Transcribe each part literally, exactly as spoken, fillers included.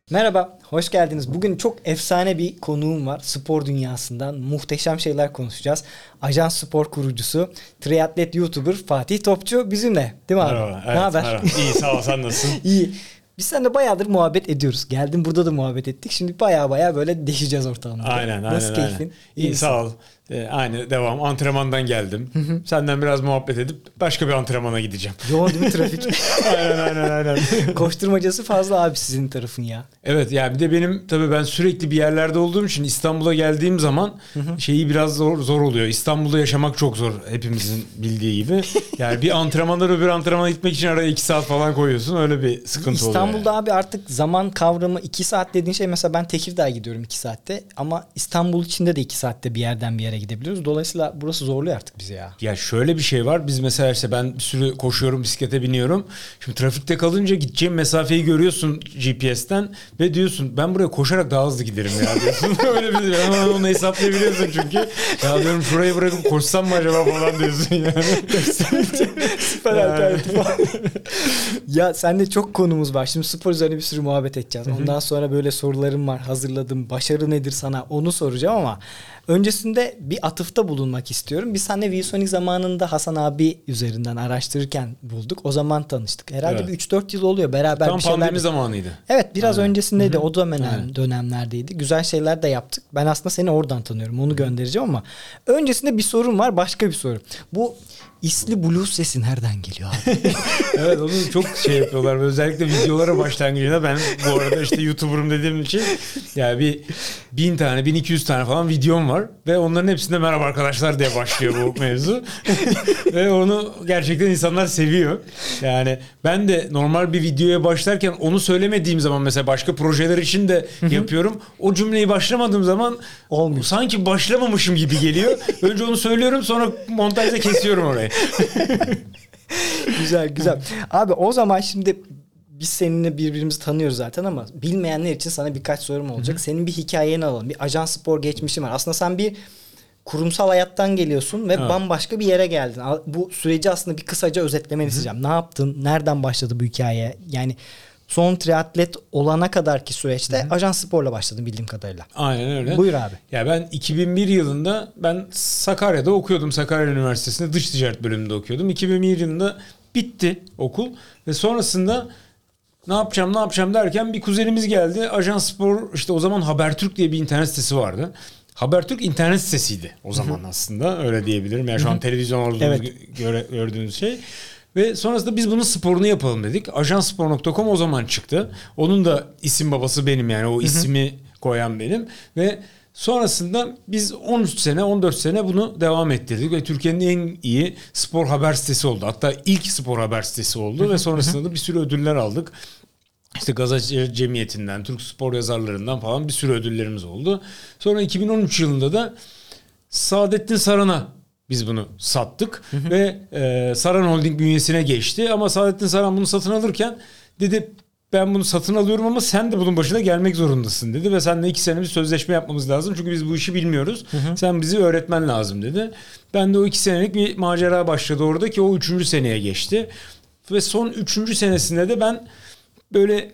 Merhaba, hoş geldiniz. Bugün çok efsane bir konuğum var. Spor dünyasından muhteşem şeyler konuşacağız. Ajans Spor kurucusu, triatlet YouTuber Fatih Topçu bizimle. Değil mi abi? Merhaba. Evet, ne haber? merhaba. İyi, sağ ol. Sen nasılsın? İyi. Biz seninle bayağıdır muhabbet ediyoruz. Geldim burada da muhabbet ettik. Şimdi baya baya böyle deşeceğiz ortamda. Aynen, aynen. Nasıl aynen. keyfin? İyi, misin? sağ ol. Ee, aynı devam. Antrenmandan geldim. Senden biraz muhabbet edip başka bir antrenmana gideceğim. Yoğun değil mi trafik? aynen, aynen, aynen. Koşturmacası fazla abi sizin tarafın ya. Evet, yani bir de benim tabii ben sürekli bir yerlerde olduğum için İstanbul'a geldiğim zaman şeyi biraz zor, zor oluyor. İstanbul'da yaşamak çok zor hepimizin bildiği gibi. Yani bir antrenmandan öbür antrenmana gitmek için araya iki saat falan koyuyorsun. Öyle bir sıkıntı oluyor. İstanbul'da Yani. abi artık zaman kavramı iki saat dediğin şey, mesela ben Tekirdağ'a gidiyorum iki saatte ama İstanbul içinde de iki saatte bir yerden bir yere gidebiliyoruz. Dolayısıyla burası zorluyor artık bizi ya. Ya şöyle bir şey var. Biz mesela işte ben bir sürü koşuyorum, bisiklete biniyorum. Şimdi trafikte kalınca gideceğim mesafeyi görüyorsun G P S'ten ve diyorsun ben buraya koşarak daha hızlı giderim ya diyorsun. Öyle bir hemen onu hesaplayabiliyorsun çünkü. Ya diyorum şurayı bırakıp koşsam mı acaba falan diyorsun yani. Süper alternatif. Ya sende çok konumuz var. Şimdi spor üzerine bir sürü muhabbet edeceğiz. Ondan sonra böyle sorularım var. Hazırladım. Başarı nedir sana? Onu soracağım ama öncesinde bir atıfta bulunmak istiyorum. Biz seninle ViewSonic zamanında Hasan abi üzerinden araştırırken bulduk. O zaman tanıştık. Herhalde Evet. bir üç dört yıl oluyor beraber Tam bir şeyler. pandemi zamanıydı. Evet, biraz Aynen. öncesindeydi. O dönem, Aynen. dönemlerdeydi. Güzel şeyler de yaptık. Ben aslında seni oradan tanıyorum. Onu göndereceğim ama öncesinde bir sorun var. Başka bir soru. Bu isli blues sesi nereden geliyor abi? Evet, onu çok şey yapıyorlar. Özellikle videolara başlangıcında ben bu arada işte YouTuber'ım dediğim için yani bir bin tane, bin iki yüz tane falan videom var ve onların hepsinde merhaba arkadaşlar diye başlıyor bu mevzu. Ve onu gerçekten insanlar seviyor. Yani ben de normal bir videoya başlarken onu söylemediğim zaman mesela başka projeler için de yapıyorum. O cümleyi başlamadığım zaman Olmuyor. sanki başlamamışım gibi geliyor. Önce onu söylüyorum, sonra montajda kesiyorum orayı. Güzel güzel. Abi o zaman şimdi biz seninle birbirimizi tanıyoruz zaten ama bilmeyenler için sana birkaç sorum olacak. Senin bir hikayeni alalım. Bir Ajans Spor geçmişin var. Aslında sen bir kurumsal hayattan geliyorsun ve Evet. bambaşka bir yere geldin. Bu süreci aslında bir kısaca özetlemeni isteyeceğim. Ne yaptın? Nereden başladı bu hikaye? Yani son triatlet olana kadarki süreçte Hı-hı. Ajans Spor'la başladın bildiğim kadarıyla. Aynen öyle. Buyur abi. Ya ben iki bin bir yılında ben Sakarya'da okuyordum. Sakarya Üniversitesi'nde dış ticaret bölümünde okuyordum. iki bin bir yılında bitti okul ve sonrasında ne yapacağım ne yapacağım derken bir kuzenimiz geldi. Ajans Spor, işte o zaman Habertürk diye bir internet sitesi vardı. Habertürk internet sitesiydi o zaman aslında, öyle diyebilirim. Yani şu an televizyon olduğunuz Evet. göre, gördüğünüz şey. Ve sonrasında biz bunun sporunu yapalım dedik. ajansspor nokta com o zaman çıktı. Onun da isim babası benim, yani o ismi koyan benim. Ve sonrasında biz on üç sene on dört sene bunu devam ettirdik. Ve Türkiye'nin en iyi spor haber sitesi oldu. Hatta ilk spor haber sitesi oldu. Ve sonrasında da bir sürü ödüller aldık. İşte Gazeteciler Cemiyeti'nden, Türk spor yazarlarından falan bir sürü ödüllerimiz oldu. Sonra iki bin on üç yılında da Saadettin Saran'a biz bunu sattık ve e, Saran Holding bünyesine geçti. Ama Saadettin Saran bunu satın alırken dedi ben bunu satın alıyorum ama sen de bunun başına gelmek zorundasın dedi. Ve seninle iki sene bir sözleşme yapmamız lazım çünkü biz bu işi bilmiyoruz. Hı hı. Sen bizi öğretmen lazım dedi. Ben de o iki senelik bir macera başladı orada ki o üçüncü seneye geçti. Ve son üçüncü senesinde de ben böyle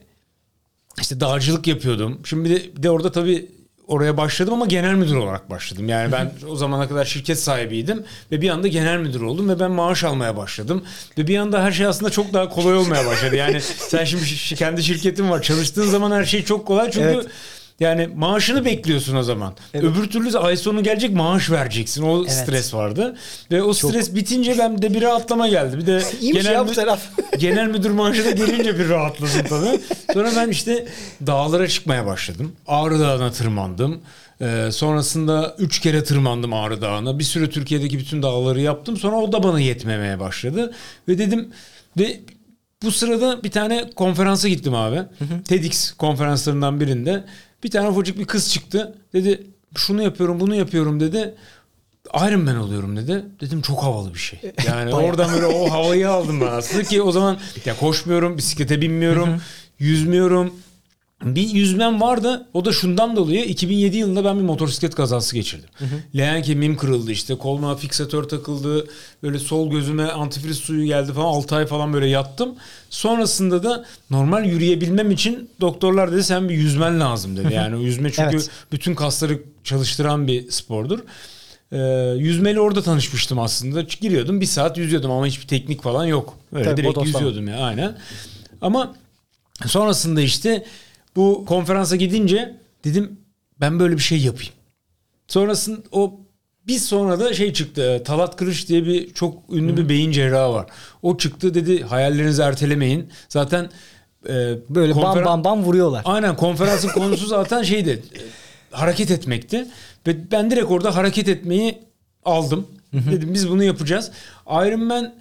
işte dağcılık yapıyordum. Şimdi bir de, bir de orada tabii oraya başladım ama genel müdür olarak başladım. Yani ben o zamana kadar şirket sahibiydim ve bir anda genel müdür oldum ve ben maaş almaya başladım. Ve bir anda her şey aslında çok daha kolay olmaya başladı. Yani sen şimdi ş- kendi şirketin var. Çalıştığın zaman her şey çok kolay çünkü Evet. yani maaşını bekliyorsun o zaman. Evet. Öbür türlü ay sonu gelecek, maaş vereceksin. O Evet. stres vardı. Ve o stres bitince ben de bir rahatlama geldi. Bir de İyiymiş ya bu mü- taraf. genel müdür maaşı da gelince bir rahatladım tabii. Sonra ben işte dağlara çıkmaya başladım. Ağrı Dağı'na tırmandım. Ee, sonrasında üç kere tırmandım Ağrı Dağı'na. Bir süre Türkiye'deki bütün dağları yaptım. Sonra o da bana yetmemeye başladı. Ve dedim ve bu sırada bir tane konferansa gittim abi. Hı hı. TEDx konferanslarından birinde. Bir tane ufacık bir kız çıktı. Dedi şunu yapıyorum bunu yapıyorum dedi. Iron Man oluyorum dedi. Dedim çok havalı bir şey. Yani oradan böyle o havayı aldım ben aslında ki o zaman ya koşmuyorum, bisiklete binmiyorum, yüzmüyorum. Bir yüzmem vardı. O da şundan dolayı iki bin yedi yılında ben bir motosiklet kazası geçirdim. Hı hı. Leğen kemiğim kırıldı işte. Koluma fiksatör takıldı. Böyle sol gözüme antifriz suyu geldi falan. altı ay falan böyle yattım. Sonrasında da normal yürüyebilmem için doktorlar dedi sen bir yüzmen lazım dedi. Yani yüzme çünkü evet. bütün kasları çalıştıran bir spordur. Ee, yüzmeyle orada tanışmıştım aslında. Giriyordum bir saat yüzüyordum ama hiçbir teknik falan yok. Öyle tabii, direkt yüzüyordum ya aynen. Ama sonrasında işte bu konferansa gidince dedim ben böyle bir şey yapayım. Sonrasında o bir sonra da şey çıktı. Talat Kırış diye bir çok ünlü bir beyin cerrahı var. O çıktı dedi hayallerinizi ertelemeyin. Zaten e, böyle konferans... bam bam bam vuruyorlar. Aynen konferansın konusu zaten şeydi. Hareket etmekti. Ve ben direkt orada hareket etmeyi aldım. Dedim biz bunu yapacağız. Ironman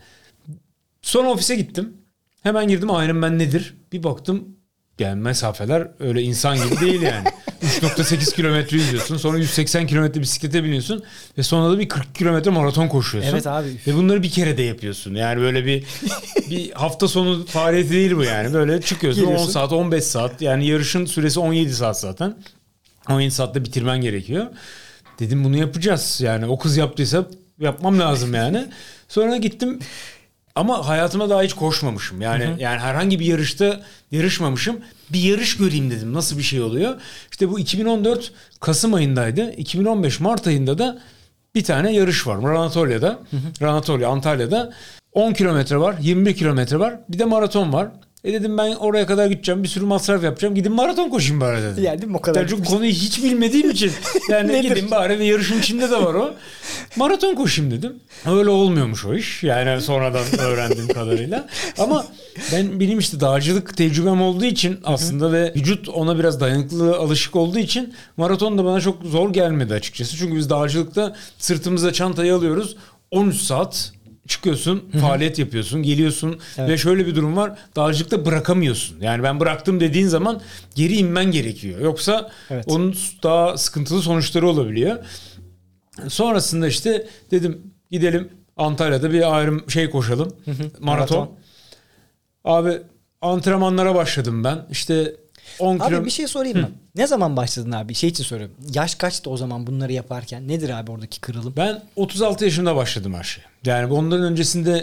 son ofise gittim. Hemen girdim Ironman nedir? Bir baktım yani mesafeler öyle insan gibi değil yani. üç nokta sekiz kilometre yüzüyorsun. Sonra yüz seksen kilometre bisiklete biniyorsun. Ve sonra da bir kırk kilometre maraton koşuyorsun. Evet abi. Ve bunları bir kere de yapıyorsun. Yani böyle bir bir hafta sonu faaliyeti değil bu yani. Böyle çıkıyorsun on saat on beş saat. Yani yarışın süresi on yedi saat zaten. on yedi saatte bitirmen gerekiyor. Dedim bunu yapacağız. Yani o kız yaptıysa yapmam lazım yani. Sonra gittim. Ama hayatıma daha hiç koşmamışım. Yani hı hı. yani herhangi bir yarışta yarışmamışım. Bir yarış göreyim dedim. Nasıl bir şey oluyor? İşte bu iki bin on dört Kasım ayındaydı. iki bin on beş Mart ayında da bir tane yarış var. Ranatolya'da. Hı hı. Ranatolya Antalya'da. on kilometre var. yirmi bir kilometre var. Bir de maraton var. E dedim ben oraya kadar gideceğim. Bir sürü masraf yapacağım. Gidin maraton koşayım bari dedim. Yani değil mi? O kadar. Çünkü konuyu hiç bilmediğim için. Yani gidin bari ve yarışın içinde de var o. Maraton koşayım dedim. Öyle olmuyormuş o iş. Yani sonradan öğrendiğim kadarıyla. Ama ben benim işte dağcılık tecrübem olduğu için aslında ve vücut ona biraz dayanıklı alışık olduğu için maraton da bana çok zor gelmedi açıkçası. Çünkü biz dağcılıkta sırtımıza çantayı alıyoruz. on üç saat çıkıyorsun, Hı-hı. faaliyet yapıyorsun, geliyorsun evet. ve şöyle bir durum var. Dağcılıkta bırakamıyorsun. Yani ben bıraktım dediğin zaman geri inmen gerekiyor. Yoksa evet. onun daha sıkıntılı sonuçları olabiliyor. Sonrasında işte dedim gidelim Antalya'da bir ayrım şey koşalım. Hı-hı. Maraton. Maraton. Abi antrenmanlara başladım ben. İşte on Abi kilo... bir şey sorayım mı? Hı. Ne zaman başladın abi? Şey için soruyorum. Yaş kaçtı o zaman bunları yaparken? Nedir abi oradaki kırılım? Ben otuz altı yaşında başladım her şeye. Yani ondan öncesinde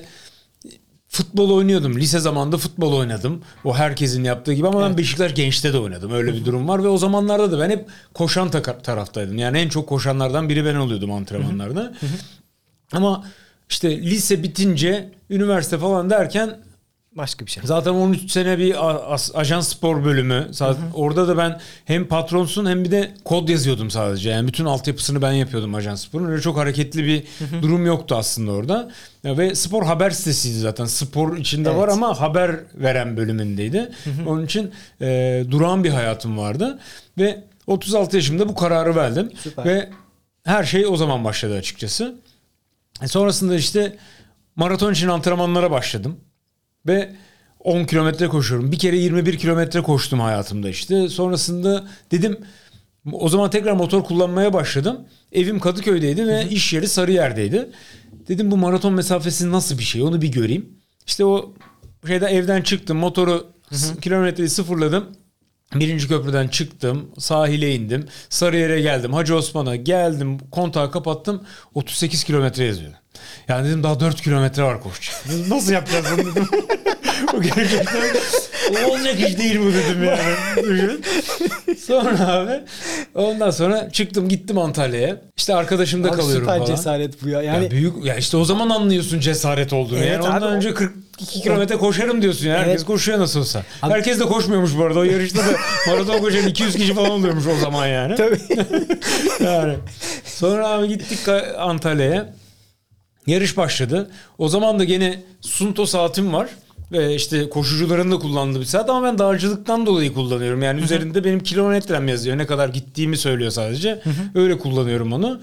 futbol oynuyordum. Lise zamanında futbol oynadım. O herkesin yaptığı gibi ama evet. ben Beşiktaş Genç'te de oynadım. Öyle bir durum var ve o zamanlarda da ben hep koşan taraftaydım. Yani en çok koşanlardan biri ben oluyordum antrenmanlarda. Hı hı. Ama işte lise bitince üniversite falan derken başka bir şey. Zaten on üç sene bir ajans spor bölümü. Zaten hı hı. Orada da ben hem patronsun hem bir de kod yazıyordum sadece. Yani bütün altyapısını ben yapıyordum ajans sporun. Öyle çok hareketli bir hı hı. durum yoktu aslında orada. Ve spor haber sitesiydi zaten. Spor içinde evet. var ama haber veren bölümündeydi. Hı hı. Onun için e, durağan bir hayatım vardı. Ve otuz altı yaşımda bu kararı verdim. Süper. Ve her şey o zaman başladı açıkçası. E sonrasında işte maraton için antrenmanlara başladım. Ve on kilometre koşuyorum. Bir kere yirmi bir kilometre koştum hayatımda işte. Sonrasında dedim o zaman tekrar motor kullanmaya başladım. Evim Kadıköy'deydi ve iş yeri Sarıyer'deydi. Dedim bu maraton mesafesi nasıl bir şey onu bir göreyim. İşte o şeyde evden çıktım motoru kilometreyi sıfırladım. Birinci köprüden çıktım. Sahile indim. Sarıyer'e geldim. Hacı Osman'a geldim. Kontağı kapattım. otuz sekiz kilometre yazıyor. Yani dedim daha dört kilometre var koşacak. Nasıl yapacağız bunu dedim. O gerçekten olacak iş değil bu dedim yani. Sonra abi ondan sonra çıktım gittim Antalya'ya. İşte arkadaşımda abi kalıyorum süper falan. Süper cesaret bu ya. Yani ya büyük ya işte o zaman anlıyorsun cesaret olduğunu. Evet, yani ondan abi, önce kırk iki kilometre koşarım diyorsun ya. Herkes evet. koşuyor nasıl olsa. Abi, herkes de koşmuyormuş bu arada. O yarışta da maraton koşan iki yüz kişi falan oluyormuş o zaman yani. Tabii. Yani sonra abi gittik Antalya'ya. Yarış başladı. O zaman da gene Sunto saatim var. Ve işte koşucuların da kullandığı bir saat ama ben dağcılıktan dolayı kullanıyorum. Yani Hı-hı. üzerinde benim kilometrem yazıyor. Ne kadar gittiğimi söylüyor sadece. Hı-hı. Öyle kullanıyorum onu.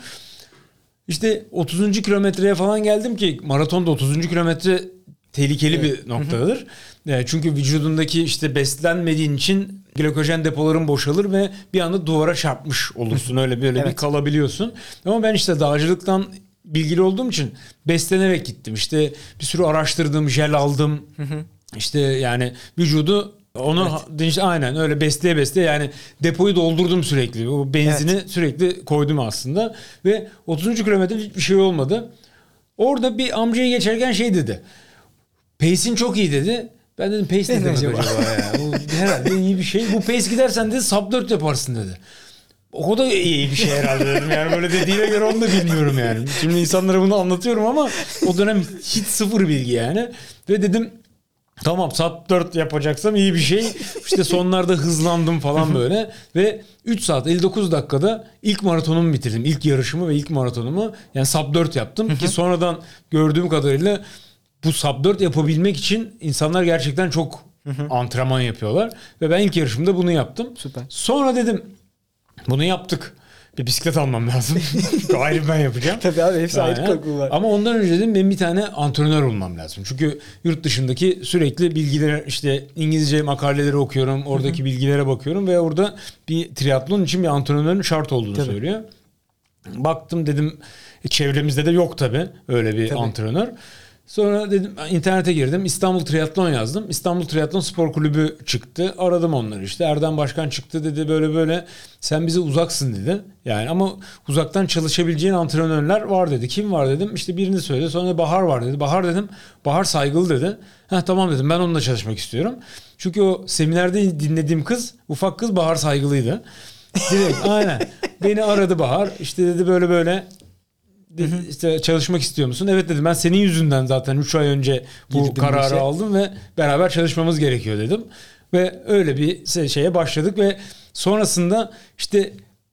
İşte otuzuncu kilometreye falan geldim ki maratonda otuzuncu kilometre tehlikeli evet. bir noktadır. Yani çünkü vücudundaki işte beslenmediğin için glikojen depoların boşalır ve bir anda duvara çarpmış olursun. Öyle böyle evet. bir kalabiliyorsun. Ama ben işte dağcılıktan bilgili olduğum için beslenerek gittim. İşte bir sürü araştırdım, jel aldım. Hı hı. İşte yani vücudu Onu Evet. işte aynen öyle besleye besleye yani depoyu doldurdum sürekli. O benzini Evet. sürekli koydum aslında ve otuzuncu kilometrede hiçbir şey olmadı. Orada bir amcayı geçerken şey dedi. Pace'in çok iyi dedi. Ben dedim pace ne Ne demek acaba? acaba ya? Bu herhalde iyi bir şey. Bu pace gidersen dedi sub dört yaparsın dedi. O da iyi bir şey herhalde dedim. Yani böyle dediğine göre onu da bilmiyorum yani. Şimdi insanlara bunu anlatıyorum ama o dönem hiç sıfır bilgi yani. Ve dedim tamam sub dört yapacaksam iyi bir şey. İşte sonlarda hızlandım falan böyle. Ve üç saat elli dokuz dakikada ilk maratonumu bitirdim. İlk yarışımı ve ilk maratonumu yani sub dört yaptım. Ki sonradan gördüğüm kadarıyla bu sub dört yapabilmek için insanlar gerçekten çok antrenman yapıyorlar. Ve ben ilk yarışımda bunu yaptım. Süper. Sonra dedim bunu yaptık. Bir bisiklet almam lazım. Çünkü ayrı ben yapacağım. Tabii abi hepsi ayrı Aynen. korku var. Ama ondan önce dedim benim bir tane antrenör olmam lazım. Çünkü yurt dışındaki sürekli bilgiler işte İngilizce makaleleri okuyorum. Oradaki bilgilere bakıyorum ve orada bir triatlon için bir antrenörün şart olduğunu Tabii. söylüyor. Baktım dedim çevremizde de yok tabii öyle bir Tabii. antrenör. Sonra dedim internete girdim. İstanbul Triatlon yazdım. İstanbul Triatlon Spor Kulübü çıktı. Aradım onları işte. Erdem Başkan çıktı dedi böyle böyle sen bize uzaksın dedi. Yani ama uzaktan çalışabileceğin antrenörler var dedi. Kim var dedim. İşte birini söyledi. Sonra Bahar var dedi. Bahar dedim. Bahar Saygılı dedi. Heh tamam dedim ben onunla çalışmak istiyorum. Çünkü o seminerde dinlediğim kız ufak kız Bahar Saygılı'ydı. Direkt aynen. Beni aradı Bahar. İşte dedi böyle böyle dedi, işte çalışmak istiyor musun? Evet dedim ben senin yüzünden zaten üç ay önce bu Girdim bu kararı işe. aldım ve beraber çalışmamız gerekiyor dedim. Ve öyle bir şeye başladık ve sonrasında işte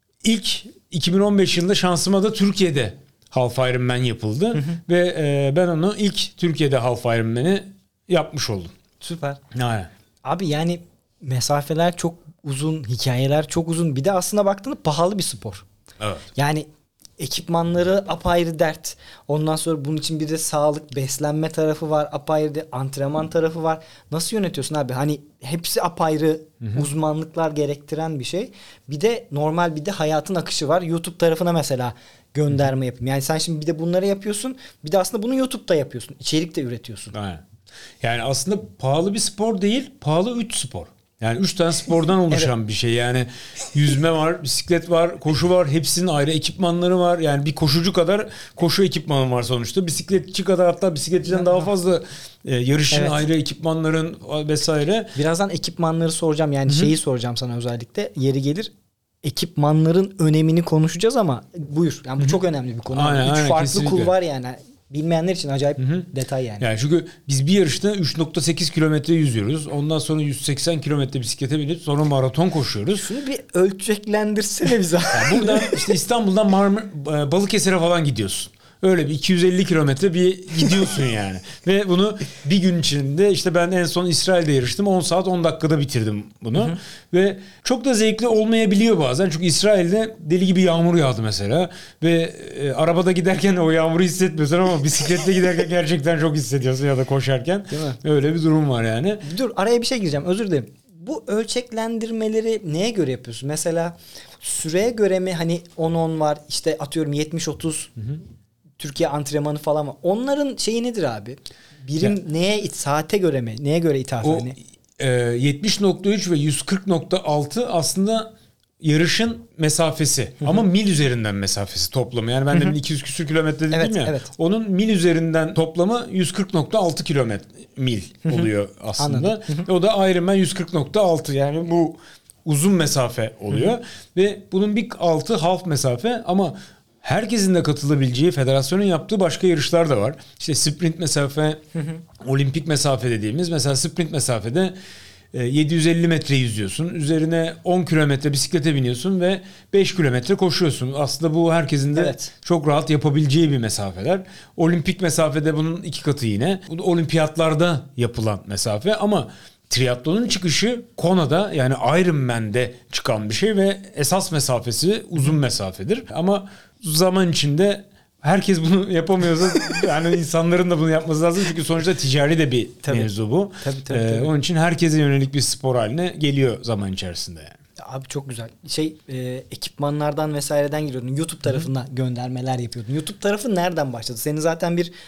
ilk iki bin on beş yılında şansıma da Türkiye'de Half Ironman yapıldı. Hı hı. Ve e, ben onu ilk Türkiye'de Half Ironman'i yapmış oldum. Süper. Aynen. Abi yani mesafeler çok uzun, hikayeler çok uzun. Bir de aslında baktığında pahalı bir spor. Evet. Yani ekipmanları apayrı dert. Ondan sonra bunun için bir de sağlık, beslenme tarafı var. Apayrı de antrenman tarafı var. Nasıl yönetiyorsun abi? Hani hepsi apayrı Hı-hı. uzmanlıklar gerektiren bir şey. Bir de normal bir de hayatın akışı var. YouTube tarafına mesela gönderme yapayım. Yani sen şimdi bir de bunları yapıyorsun. Bir de aslında bunu YouTube'da yapıyorsun. İçerik de üretiyorsun. Aynen. Yani aslında pahalı bir spor değil, pahalı üç spor. Yani üç tane spordan oluşan evet. bir şey. Yani yüzme var, bisiklet var, koşu var. Hepsinin ayrı ekipmanları var. Yani bir koşucu kadar koşu ekipmanı var sonuçta. Bisikletçi kadar hatta bisikletçiden daha fazla e, yarışın evet. ayrı ekipmanların vesaire. Birazdan ekipmanları soracağım. Yani Hı-hı. şeyi soracağım sana özellikle. Yeri gelir. Ekipmanların önemini konuşacağız ama buyur. Yani bu Hı-hı. çok önemli bir konu. Aynen, Üç aynen, farklı kesinlikle. kul var yani. Bilmeyenler için acayip Hı-hı. detay yani. Yani çünkü biz bir yarışta üç nokta sekiz kilometre yüzüyoruz. Ondan sonra yüz seksen kilometre bisiklete binip sonra maraton koşuyoruz. Şunu bir ölçeklendirsene bize. Yani buradan işte İstanbul'dan Marmara, Balıkesir'e falan gidiyorsun. Öyle bir iki yüz elli kilometre bir gidiyorsun yani. Ve bunu bir gün içinde işte ben en son İsrail'de yarıştım. on saat on dakikada bitirdim bunu. Hı hı. Ve çok da zevkli olmayabiliyor bazen. Çünkü İsrail'de deli gibi yağmur yağdı mesela. Ve e, arabada giderken o yağmuru hissetmiyorsun ama bisikletle giderken gerçekten çok hissediyorsun ya da koşarken. Değil mi? Öyle bir durum var yani. Dur araya bir şey gireceğim özür dilerim. Bu ölçeklendirmeleri neye göre yapıyorsun? Mesela süreye göre mi hani on on var işte atıyorum yetmiş otuz Hı hı. Türkiye antrenmanı falan var. Onların şeyi nedir abi? Birim ya, neye saate göre mi? Neye göre ithaf o, hani? E, yetmiş nokta üç ve yüz kırk nokta altı aslında yarışın mesafesi. Hı-hı. Ama mil üzerinden mesafesi toplamı. Yani ben de iki yüz küsür kilometre dedim evet, ya. Evet. Onun mil üzerinden toplamı yüz kırk nokta altı kilometre mil oluyor aslında. O da Ironman yüz kırk nokta altı. Yani bu uzun mesafe oluyor. Hı-hı. Ve bunun bir altı half mesafe ama herkesin de katılabileceği federasyonun yaptığı başka yarışlar da var. İşte sprint mesafe, hı hı. olimpik mesafe dediğimiz. Mesela sprint mesafede yedi yüz elli metre yüzüyorsun. Üzerine on kilometre bisiklete biniyorsun ve beş kilometre koşuyorsun. Aslında bu herkesin de evet. çok rahat yapabileceği bir mesafeler. Olimpik mesafede bunun iki katı yine. Bu da olimpiyatlarda yapılan mesafe ama triatlonun çıkışı Kona'da yani Ironman'de çıkan bir şey ve esas mesafesi uzun mesafedir. Ama zaman içinde herkes bunu yapamıyorsa yani insanların da bunu yapması lazım. Çünkü sonuçta ticari de bir tabii. mevzu bu. Tabii, tabii, ee, tabii. Onun için herkese yönelik bir spor haline geliyor zaman içerisinde yani. Abi çok güzel. Şey e, ekipmanlardan vesaireden giriyordun. YouTube tarafına Hı-hı. göndermeler yapıyordun. YouTube tarafı nereden başladı? Senin zaten bir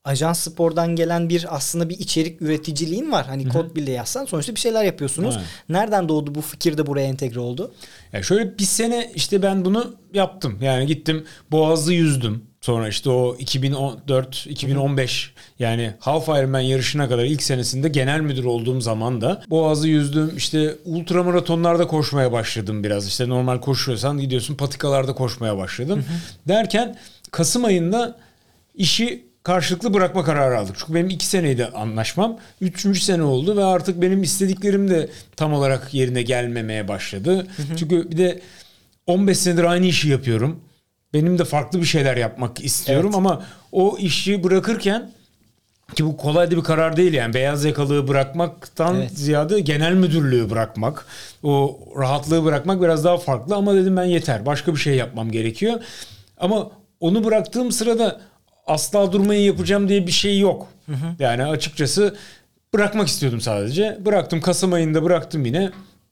Ajans Spor'dan gelen bir aslında bir içerik üreticiliğin var. Hani Hı-hı. kod bile yazsan sonuçta bir şeyler yapıyorsunuz. Evet. Nereden doğdu bu fikir de buraya entegre oldu? Ya şöyle bir sene işte ben bunu yaptım. Yani gittim Boğaz'ı yüzdüm. Sonra işte o iki bin on dört iki bin on beş yani Half Ironman yarışına kadar ilk senesinde genel müdür olduğum zaman da Boğaz'ı yüzdüm. İşte ultramaratonlarda koşmaya başladım biraz. İşte normal koşuyorsan gidiyorsun patikalarda koşmaya başladım. Hı hı. Derken Kasım ayında işi karşılıklı bırakma kararı aldık. Çünkü benim iki seneydi anlaşmam. Üçüncü sene oldu ve artık benim istediklerim de tam olarak yerine gelmemeye başladı. Hı hı. Çünkü bir de on beş senedir aynı işi yapıyorum. Benim de farklı bir şeyler yapmak istiyorum, evet. Ama o işi bırakırken, ki bu kolay da bir karar değil yani, beyaz yakalığı bırakmaktan evet. ziyade genel müdürlüğü bırakmak, o rahatlığı bırakmak biraz daha farklı, ama dedim ben yeter, başka bir şey yapmam gerekiyor. Ama onu bıraktığım sırada asla durmayı yapacağım diye bir şey yok. Hı hı. Yani açıkçası bırakmak istiyordum sadece. Bıraktım, Kasım ayında bıraktım yine.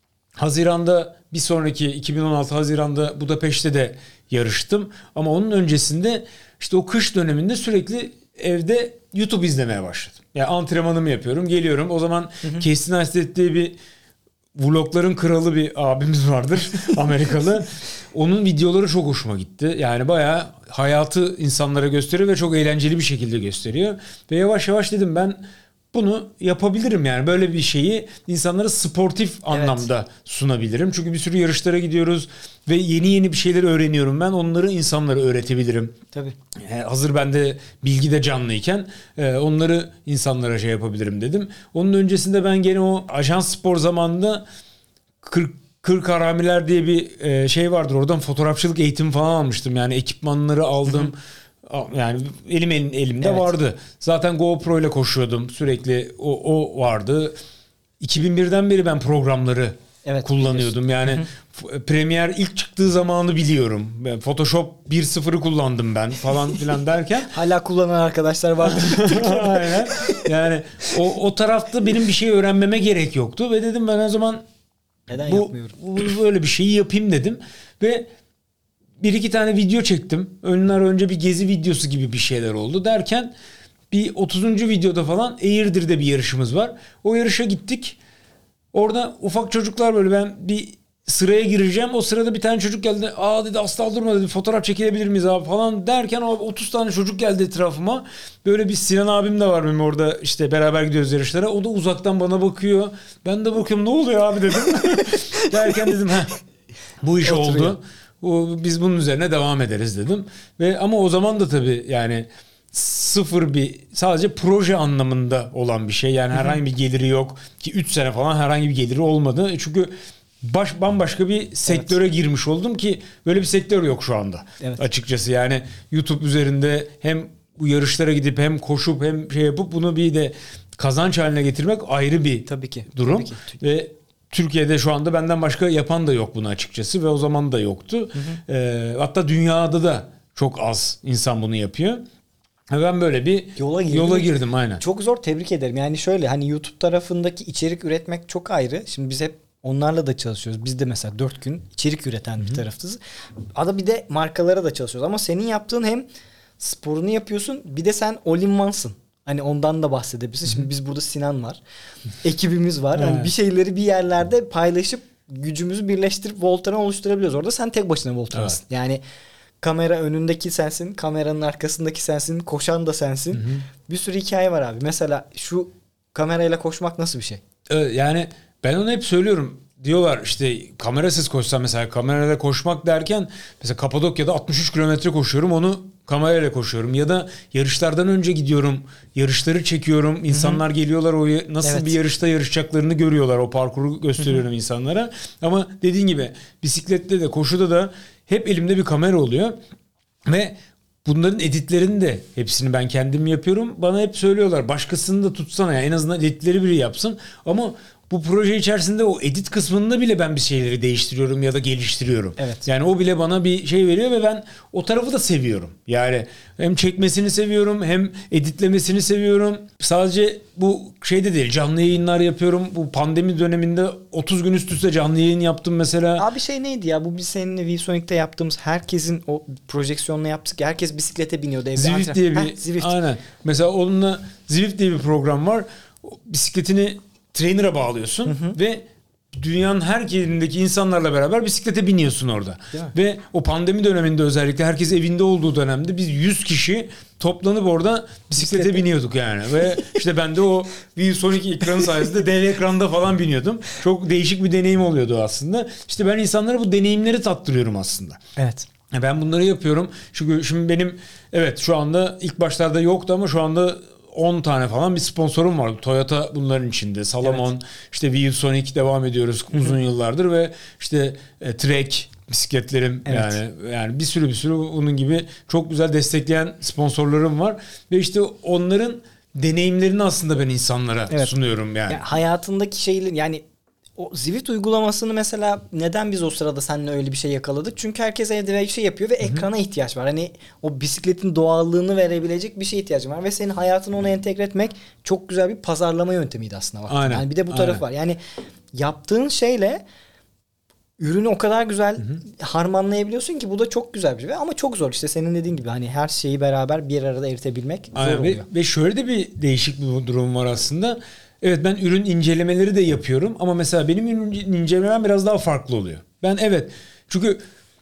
Haziran'da bir sonraki iki bin on altı Haziran'da Budapeşte de yarıştım. Ama onun öncesinde işte o kış döneminde sürekli evde YouTube izlemeye başladım. Yani antrenmanımı yapıyorum, geliyorum. O zaman Casey Neistat diye bir vlogların kralı bir abimiz vardır, Amerikalı. Onun videoları çok hoşuma gitti. Yani bayağı hayatı insanlara gösteriyor ve çok eğlenceli bir şekilde gösteriyor. Ve yavaş yavaş dedim ben bunu yapabilirim, yani böyle bir şeyi insanlara sportif anlamda evet. sunabilirim. Çünkü bir sürü yarışlara gidiyoruz ve yeni yeni bir şeyler öğreniyorum ben. Onları insanlara öğretebilirim. Tabii. Yani hazır bende bilgi de canlıyken onları insanlara şey yapabilirim dedim. Onun öncesinde ben gene o Ajans Spor zamanında kırk kırk Haramiler diye bir şey vardır. Oradan fotoğrafçılık eğitimi falan almıştım. Yani ekipmanları aldım. Yani elim elimde evet. vardı. Zaten GoPro ile koşuyordum. Sürekli o, o vardı. iki bin birden beri ben programları evet, kullanıyordum. Yani Hı-hı. Premiere ilk çıktığı zamanı biliyorum. Photoshop bir nokta sıfırı kullandım ben falan filan derken. Hala kullanan arkadaşlar vardı. Aynen. Yani o, o tarafta benim bir şey öğrenmeme gerek yoktu. Ve dedim ben o zaman neden bu, yapmıyorum? Bu, böyle bir şeyi yapayım dedim. Ve bir iki tane video çektim. Önler önce bir gezi videosu gibi bir şeyler oldu derken bir otuzuncu videoda falan Eğirdir'de bir yarışımız var. O yarışa gittik. Orada ufak çocuklar, böyle ben bir sıraya gireceğim. O sırada bir tane çocuk geldi. Aa dedi, asla durma dedi. Fotoğraf çekilebilir miyiz abi falan derken abi otuz tane çocuk geldi etrafıma. Böyle bir Sinan abim de var benim orada, işte beraber gidiyoruz yarışlara. O da uzaktan bana bakıyor. Ben de bakıyorum, ne oluyor abi dedim. Derken dedim ha bu iş Oturuyor. oldu. O, biz bunun üzerine devam ederiz dedim. Ve ama o zaman da tabii yani sıfır bir, sadece proje anlamında olan bir şey. Yani herhangi bir geliri yok ki üç sene falan herhangi bir geliri olmadı. Çünkü baş bambaşka bir sektöre evet. girmiş oldum ki böyle bir sektör yok şu anda. Evet. Açıkçası yani YouTube üzerinde hem bu yarışlara gidip hem koşup hem şey yapıp bunu bir de kazanç haline getirmek ayrı bir tabii ki, durum. Tabii ki. Ve Türkiye'de şu anda benden başka yapan da yok bunu açıkçası ve o zaman da yoktu. Hı hı. Ee, hatta dünyada da çok az insan bunu yapıyor. Ben böyle bir yola girdim. yola girdim aynen. Çok zor, tebrik ederim. Yani şöyle, hani YouTube tarafındaki içerik üretmek çok ayrı. Şimdi biz hep onlarla da çalışıyoruz. Biz de mesela dört gün içerik üreten Hı-hı. bir tarafız. Ada bir de markalara da çalışıyoruz. Ama senin yaptığın hem sporunu yapıyorsun, bir de sen all in one'sın. Hani ondan da bahsedebilirsin. Şimdi biz burada Sinan var. Ekibimiz var. Hani bir şeyleri bir yerlerde paylaşıp gücümüzü birleştirip Voltran oluşturabiliyoruz. Orada sen tek başına Voltran'sın. Evet. Yani kamera önündeki sensin, kameranın arkasındaki sensin, koşan da sensin. Hı hı. Bir sürü hikaye var abi. Mesela şu kamerayla koşmak nasıl bir şey? Evet, yani ben onu hep söylüyorum. Diyorlar işte kamerasız koşsam, mesela kamerayla koşmak derken mesela Kapadokya'da altmış üç kilometre koşuyorum, onu kamerayla koşuyorum. Ya da yarışlardan önce gidiyorum, yarışları çekiyorum. İnsanlar Hı-hı. geliyorlar, o nasıl evet. bir yarışta yarışacaklarını görüyorlar. O parkuru gösteriyorum Hı-hı. insanlara. Ama dediğin gibi bisiklette de koşuda da hep elimde bir kamera oluyor. Ve bunların editlerini de hepsini ben kendim yapıyorum. Bana hep söylüyorlar başkasını da tutsana ya, en azından editleri biri yapsın. Ama bu proje içerisinde o edit kısmında bile ben bir şeyleri değiştiriyorum ya da geliştiriyorum. Evet. Yani o bile bana bir şey veriyor ve ben o tarafı da seviyorum. Yani hem çekmesini seviyorum hem editlemesini seviyorum. Sadece bu şeyde değil, canlı yayınlar yapıyorum. Bu pandemi döneminde otuz gün üst üste canlı yayın yaptım mesela. Abi şey neydi ya, bu biz seninle ViewSonic'te yaptığımız herkesin o projeksiyonla yaptık. Herkes bisiklete biniyordu evde. Zwift Antren- diye bir Heh, Zwift. aynen. Mesela onunla Zwift diye bir program var. O bisikletini trainer'a bağlıyorsun hı hı. ve dünyanın her yerindeki insanlarla beraber bisiklete biniyorsun orada. Ve o pandemi döneminde özellikle herkes evinde olduğu dönemde biz yüz kişi toplanıp orada bisiklete, bisiklete biniyorduk yani. Ve işte ben de o ViewSonic ekranı sayesinde dev ekranda falan biniyordum. Çok değişik bir deneyim oluyordu aslında. İşte ben insanlara bu deneyimleri tattırıyorum aslında. Evet. Ben bunları yapıyorum. Çünkü şimdi benim evet şu anda ilk başlarda yoktu ama şu anda on tane falan bir sponsorum var. Toyota bunların içinde. Salomon, evet. işte ViewSonic devam ediyoruz uzun yıllardır ve işte e, Trek bisikletlerim evet. yani yani bir sürü bir sürü bunun gibi çok güzel destekleyen sponsorlarım var ve işte onların deneyimlerini aslında ben insanlara evet. sunuyorum yani. yani. Hayatındaki şeyler yani o Zwift uygulamasını mesela neden biz o sırada seninle öyle bir şey yakaladık? Çünkü herkes evde bir şey yapıyor ve Hı-hı. ekrana ihtiyaç var. Hani o bisikletin doğallığını verebilecek bir şeye ihtiyacın var ve senin hayatını ona entegre etmek çok güzel bir pazarlama yöntemiydi aslında. Aynen. Yani bir de bu taraf Aynen. var. Yani yaptığın şeyle ürünü o kadar güzel Hı-hı. harmanlayabiliyorsun ki bu da çok güzel bir şey. Ama çok zor işte senin dediğin gibi hani her şeyi beraber bir arada eritebilmek Aynen. zor oluyor. Ve, ve şöyle de bir değişik bir durum var aslında. Evet ben ürün incelemeleri de yapıyorum ama mesela benim ürün incelemem biraz daha farklı oluyor. Ben evet çünkü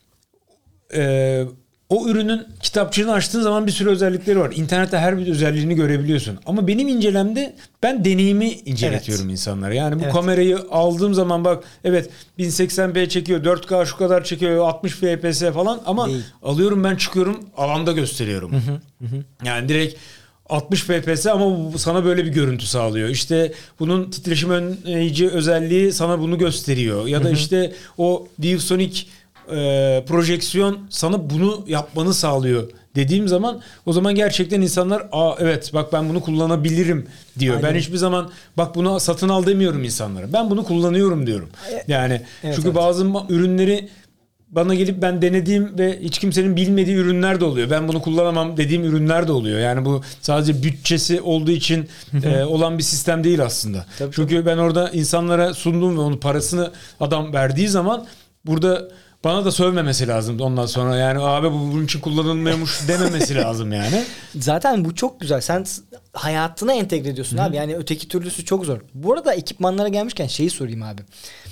e, o ürünün kitapçığını açtığın zaman bir sürü özellikleri var. İnternette her bir özelliğini görebiliyorsun. Ama benim incelemde ben deneyimi inceletiyorum evet. insanlara. Yani bu evet. kamerayı aldığım zaman bak evet bin seksen p çekiyor, dört K şu kadar çekiyor, altmış F P S falan ama Değil. alıyorum ben çıkıyorum alanda gösteriyorum. Hı hı, hı. Yani direkt altmış F P S ama sana böyle bir görüntü sağlıyor. İşte bunun titreşim önleyici özelliği sana bunu gösteriyor. Ya da hı hı. işte o ViewSonic e, projeksiyon sana bunu yapmanı sağlıyor dediğim zaman o zaman gerçekten insanlar aa evet bak ben bunu kullanabilirim diyor. Aynen. Ben hiçbir zaman bak bunu satın al demiyorum insanlara. Ben bunu kullanıyorum diyorum. Yani evet, çünkü evet. bazı ürünleri bana gelip ben denediğim ve hiç kimsenin bilmediği ürünler de oluyor. Ben bunu kullanamam dediğim ürünler de oluyor. Yani bu sadece bütçesi olduğu için e, olan bir sistem değil aslında. Tabii, Çünkü tabii. ben orada insanlara sundum ve onun parasını adam verdiği zaman burada bana da sövmemesi lazım ondan sonra. Yani abi bu bunun için kullanılmıyormuş dememesi lazım yani. Zaten bu çok güzel. Sen hayatına entegre ediyorsun Hı-hı. abi. Yani öteki türlüsü çok zor. Bu arada ekipmanlara gelmişken şeyi sorayım abi.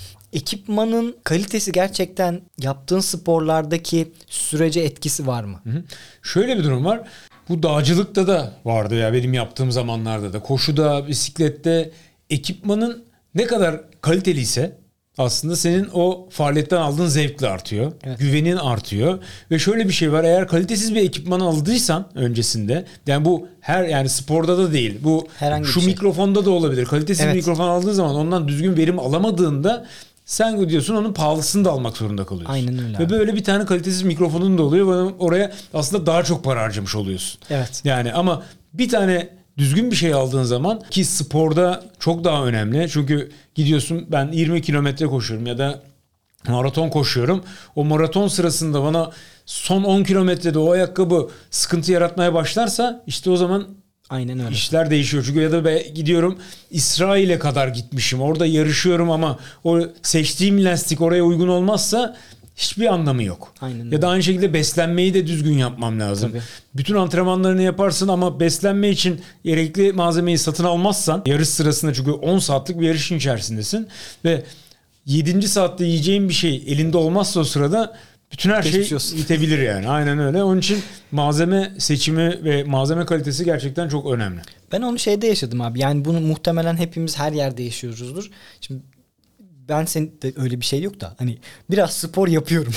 Ekipmanın kalitesi gerçekten yaptığın sporlardaki sürece etkisi var mı? Hı hı. Şöyle bir durum var. Bu dağcılıkta da vardı ya benim yaptığım zamanlarda da. Koşuda, bisiklette ekipmanın ne kadar kaliteliyse aslında senin o faaliyetten aldığın zevk de artıyor. Evet. Güvenin artıyor. Ve şöyle bir şey var. Eğer kalitesiz bir ekipman aldıysan öncesinde yani bu her yani sporda da değil. Bu Herhangi şu şey. mikrofonda da olabilir. Kalitesiz evet. bir mikrofon aldığın zaman ondan düzgün verim alamadığında sen diyorsun onun pahalısını da almak zorunda kalıyorsun. Aynen öyle. Ve abi. böyle bir tane kalitesiz mikrofonun da oluyor ve oraya aslında daha çok para harcamış oluyorsun. Evet. Yani ama bir tane düzgün bir şey aldığın zaman ki sporda çok daha önemli. Çünkü gidiyorsun ben yirmi kilometre koşuyorum ya da maraton koşuyorum. O maraton sırasında bana son on kilometrede o ayakkabı sıkıntı yaratmaya başlarsa işte o zaman Aynen öyle. İşler değişiyor. Çünkü ya da ben gidiyorum İsrail'e kadar gitmişim. Orada yarışıyorum ama o seçtiğim lastik oraya uygun olmazsa hiçbir anlamı yok. Aynen öyle. Ya da aynı şekilde beslenmeyi de düzgün yapmam lazım. Tabii. Bütün antrenmanlarını yaparsın ama beslenme için gerekli malzemeyi satın almazsan yarış sırasında çünkü on saatlik bir yarışın içerisindesin ve yedinci saatte yiyeceğin bir şey elinde olmazsa o sırada bütün her şey bitebilir yani. Aynen öyle. Onun için malzeme seçimi ve malzeme kalitesi gerçekten çok önemli. Ben onu şeyde yaşadım abi. Yani bunu muhtemelen hepimiz her yerde yaşıyoruzdur. Şimdi ben senin de öyle bir şey yok da hani biraz spor yapıyorum.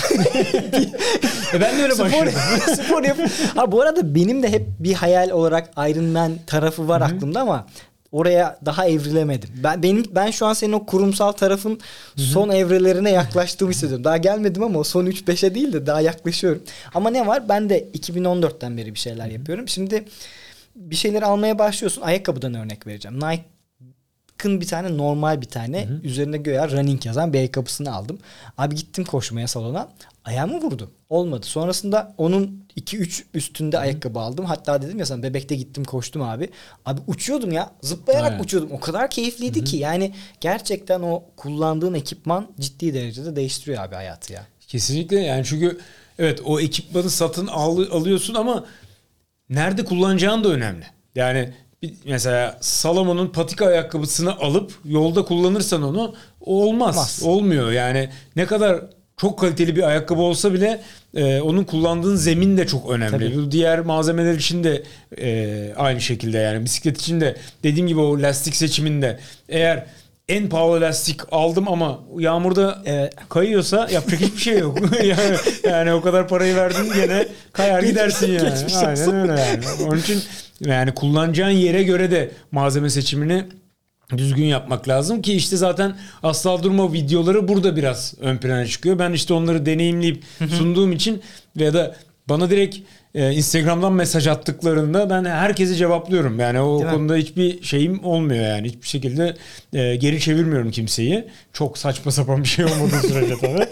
e ben de öyle başladım. Spor, spor yap. Ha bu arada benim de hep bir hayal olarak Iron Man tarafı var Hı-hı. aklımda ama oraya daha evrilemedim. Ben benim ben şu an senin o kurumsal tarafın Hı-hı. son evrelerine yaklaştığımı hissediyorum. Daha gelmedim ama o son üç beşe değil de daha yaklaşıyorum. Ama ne var? Ben de iki bin on dörtten beri bir şeyler Hı-hı. yapıyorum. Şimdi bir şeyleri almaya başlıyorsun. Ayakkabıdan örnek vereceğim. Nike sıkın bir tane, normal bir tane, hı hı. üzerinde göğe running yazan bir ayakkabısını aldım. Abi gittim koşmaya salona. Ayağımı vurdu. Olmadı. Sonrasında onun iki üç üstünde Hı. ayakkabı aldım. Hatta dedim ya sana, bebekte gittim koştum abi. Abi uçuyordum ya. Zıplayarak Aynen. uçuyordum. O kadar keyifliydi Hı. ki. Yani gerçekten o kullandığın ekipman ciddi derecede değiştiriyor abi hayatı ya. Kesinlikle yani, çünkü evet o ekipmanı satın al, alıyorsun ama nerede kullanacağın da önemli. Yani mesela Salomon'un patika ayakkabısını alıp yolda kullanırsan onu olmaz. olmaz. Olmuyor yani, ne kadar çok kaliteli bir ayakkabı olsa bile e, onun kullandığın zemin de çok önemli. Bu diğer malzemeler için de e, aynı şekilde, yani bisiklet için de dediğim gibi o lastik seçiminde eğer en pahalı lastik aldım ama yağmurda evet. kayıyorsa yapacak hiçbir şey yok. yani, yani o kadar parayı verdin gene kayar gidersin yani. Aynen öyle yani. Onun için yani kullanacağın yere göre de malzeme seçimini düzgün yapmak lazım ki işte zaten asla durma videoları burada biraz ön plana çıkıyor. Ben işte onları deneyimleyip sunduğum için veya da bana direkt e, Instagram'dan mesaj attıklarında ben herkesi cevaplıyorum. Yani o Değil konuda mi? hiçbir şeyim olmuyor yani. Hiçbir şekilde e, geri çevirmiyorum kimseyi. Çok saçma sapan bir şey olmadığı sürece tabii.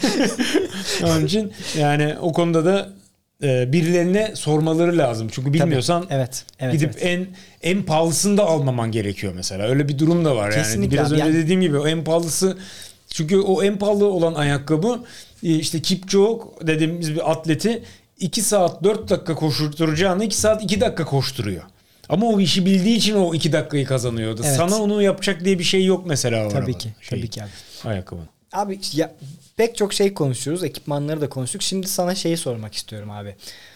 Onun için yani o konuda da e, birilerine sormaları lazım. Çünkü bilmiyorsan tabii. Evet, evet, gidip evet. en en pahalısını da almaman gerekiyor mesela. Öyle bir durum da var. Kesinlikle yani. Biraz önce yani... dediğim gibi o en pahalısı, çünkü o en pahalı olan ayakkabı işte Kipchoge dediğimiz bir atleti iki saat dört dakika koşturacağını iki saat iki dakika koşturuyor. Ama o işi bildiği için o iki dakikayı kazanıyordu. Evet. Sana onu yapacak diye bir şey yok mesela. O tabii ki. Şey, tabii ki abi. Ayakkabı. Abi ya pek çok şey konuşuyoruz. Ekipmanları da konuştuk. Şimdi sana şeyi sormak istiyorum abi.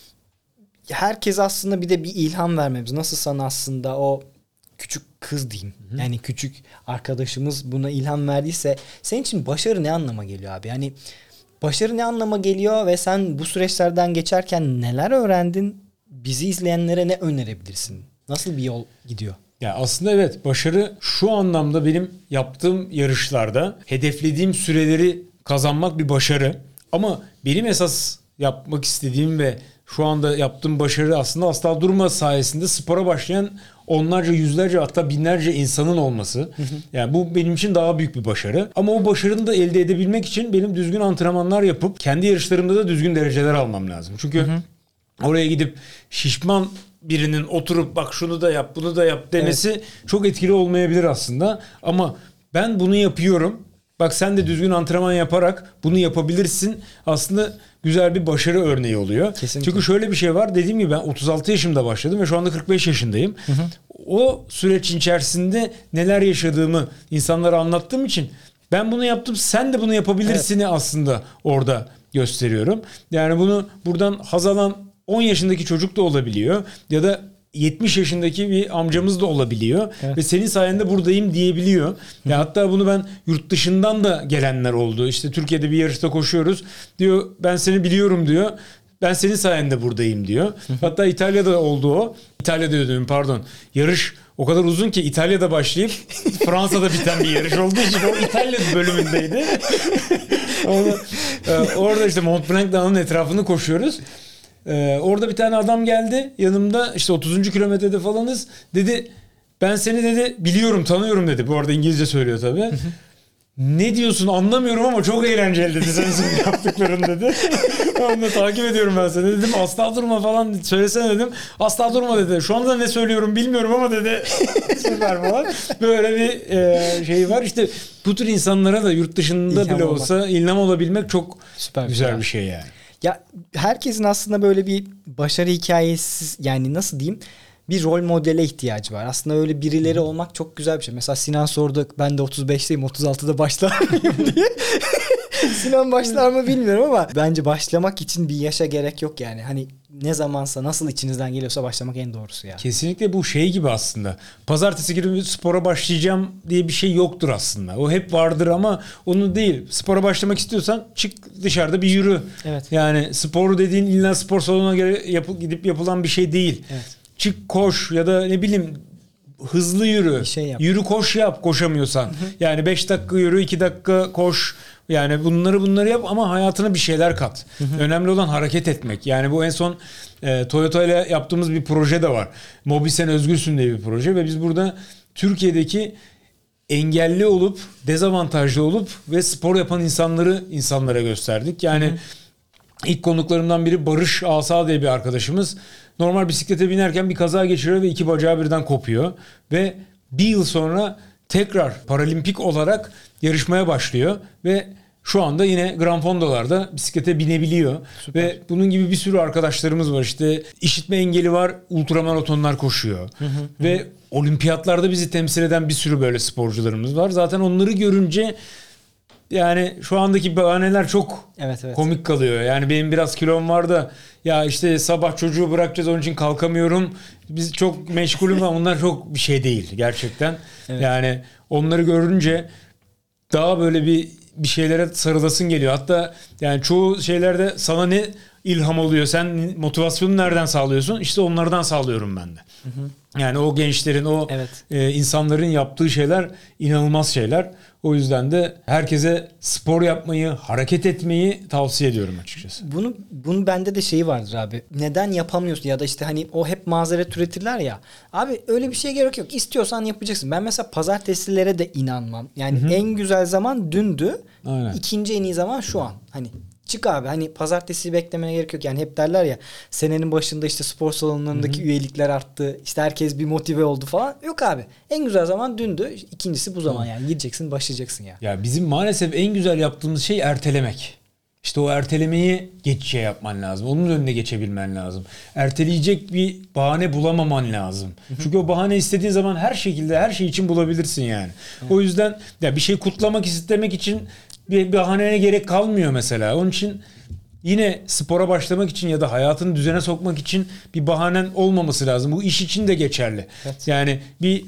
Herkes aslında bir de bir ilham vermemiz. Nasıl sana aslında o küçük kız diyeyim. Hı hı. Yani küçük arkadaşımız buna ilham verdiyse, senin için başarı ne anlama geliyor abi? Yani başarı ne anlama geliyor ve sen bu süreçlerden geçerken neler öğrendin? Bizi izleyenlere ne önerebilirsin? Nasıl bir yol gidiyor? Ya aslında evet, başarı şu anlamda benim yaptığım yarışlarda hedeflediğim süreleri kazanmak bir başarı. Ama benim esas yapmak istediğim ve şu anda yaptığım başarı aslında asla durma sayesinde spora başlayan onlarca, yüzlerce, hatta binlerce insanın olması. Hı hı. Yani bu benim için daha büyük bir başarı. Ama o başarını da elde edebilmek için benim düzgün antrenmanlar yapıp kendi yarışlarımda da düzgün dereceler almam lazım. Çünkü hı hı. oraya gidip şişman birinin oturup bak şunu da yap, bunu da yap demesi evet. çok etkili olmayabilir aslında. Ama ben bunu yapıyorum. Bak sen de düzgün antrenman yaparak bunu yapabilirsin. Aslında güzel bir başarı örneği oluyor. Kesinlikle. Çünkü şöyle bir şey var. Dediğim gibi ben otuz altı yaşımda başladım ve şu anda kırk beş yaşındayım. Hı hı. O süreç içerisinde neler yaşadığımı insanlara anlattığım için ben bunu yaptım, sen de bunu yapabilirsin evet. aslında orada gösteriyorum. Yani bunu buradan haz alan on yaşındaki çocuk da olabiliyor ya da yetmiş yaşındaki bir amcamız da olabiliyor evet. ve senin sayende buradayım diyebiliyor. Ya hatta bunu ben yurt dışından da gelenler oldu. İşte Türkiye'de bir yarışta koşuyoruz. Diyor ben seni biliyorum diyor. Ben senin sayende buradayım diyor. Hatta İtalya'da oldu o. İtalya'da diyorum pardon. Yarış o kadar uzun ki İtalya'da başlayıp Fransa'da biten bir yarış olduğu için o İtalya bölümündeydi. Orada, orada işte Mont Blanc Dağı'nın etrafını koşuyoruz. Ee, orada bir tane adam geldi yanımda, işte otuzuncu kilometrede falanız, dedi ben seni dedi biliyorum, tanıyorum dedi. Bu arada İngilizce söylüyor tabii. Ne diyorsun anlamıyorum ama çok eğlenceli dedi senin yaptıkların dedi. Onu da takip ediyorum ben seni dedim. Asla durma falan söylesene dedim. Asla durma dedi. Şu anda ne söylüyorum bilmiyorum ama dedi. Süper falan. Böyle bir e, şey var. İşte bu tür insanlara da yurt dışında İlham bile olmak. olsa ilham olabilmek çok süper güzel ya. bir şey yani. Ya herkesin aslında böyle bir başarı hikayesi, yani nasıl diyeyim, bir rol modele ihtiyacı var. Aslında öyle birileri olmak çok güzel bir şey. Mesela Sinan sordu, ben de otuz beşteyim, otuz altıda başlar mıyım diye. Sinan başlar mı bilmiyorum ama bence başlamak için bir yaşa gerek yok yani. Hani ne zamansa, nasıl içinizden geliyorsa başlamak en doğrusu ya. Kesinlikle bu şey gibi aslında. Pazartesi günü spora başlayacağım diye bir şey yoktur aslında. O hep vardır ama onu değil. Spora başlamak istiyorsan çık dışarıda bir yürü. Evet. Yani spor dediğin illa spor salonuna göre yapı, gidip yapılan bir şey değil. Evet. Çık koş ya da ne bileyim hızlı yürü. Şey yap. Yürü koş yap koşamıyorsan. Hı hı. Yani beş dakika yürü, iki dakika koş. Yani bunları bunları yap ama hayatına bir şeyler kat. Hı hı. Önemli olan hareket etmek. Yani bu en son e, Toyota ile yaptığımız bir proje de var. Mobi Sen Özgürsün diye bir proje ve biz burada Türkiye'deki engelli olup, dezavantajlı olup ve spor yapan insanları insanlara gösterdik. Yani hı hı. ilk konuklarımdan biri Barış Asa diye bir arkadaşımız. Normal bisiklete binerken bir kaza geçiriyor ve iki bacağı birden kopuyor. Ve bir yıl sonra tekrar paralimpik olarak yarışmaya başlıyor. Ve şu anda yine Gran Fondo'larda bisiklete binebiliyor. Süper. Ve bunun gibi bir sürü arkadaşlarımız var. İşte işitme engeli var, ultramaratonlar koşuyor. Hı hı, ve hı. olimpiyatlarda bizi temsil eden bir sürü böyle sporcularımız var. Zaten onları görünce yani şu andaki bahaneler çok evet, evet. komik kalıyor. Yani benim biraz kilom var da ya işte sabah çocuğu bırakacağız onun için kalkamıyorum. Biz çok meşgulüm ama onlar çok bir şey değil gerçekten. Evet. Yani onları görünce daha böyle bir bir şeylere sarılasın geliyor. Hatta yani çoğu şeylerde sana ne ilham oluyor? Sen motivasyonu nereden sağlıyorsun? İşte onlardan sağlıyorum ben de. Hı hı. Yani o gençlerin, o evet. e, insanların yaptığı şeyler inanılmaz şeyler. O yüzden de herkese spor yapmayı, hareket etmeyi tavsiye ediyorum açıkçası. Bunu bunu bende de şeyi vardır abi. Neden yapamıyorsun ya da işte hani o hep mazeret üretirler ya. Abi öyle bir şeye gerek yok. İstiyorsan yapacaksın. Ben mesela pazartesilere de inanmam. Yani hı hı. en güzel zaman dündü. Aynen. İkinci en iyi zaman şu an. Hani çık abi, hani pazartesi beklemene gerek yok. Yani hep derler ya senenin başında işte spor salonlarındaki Hı-hı. üyelikler arttı. İşte herkes bir motive oldu falan. Yok abi. En güzel zaman dündü. İkincisi bu zaman. Hı. Yani gideceksin, başlayacaksın ya. Ya bizim maalesef en güzel yaptığımız şey ertelemek. İşte o ertelemeyi geçişe yapman lazım. Onun önüne geçebilmen lazım. Erteleyecek bir bahane bulamaman lazım. Hı-hı. Çünkü o bahane istediğin zaman her şekilde her şey için bulabilirsin yani. Hı. O yüzden ya bir şey kutlamak istemek için bir bahaneye gerek kalmıyor mesela. Onun için yine spora başlamak için ya da hayatını düzene sokmak için bir bahanen olmaması lazım. Bu iş için de geçerli. Evet. Yani bir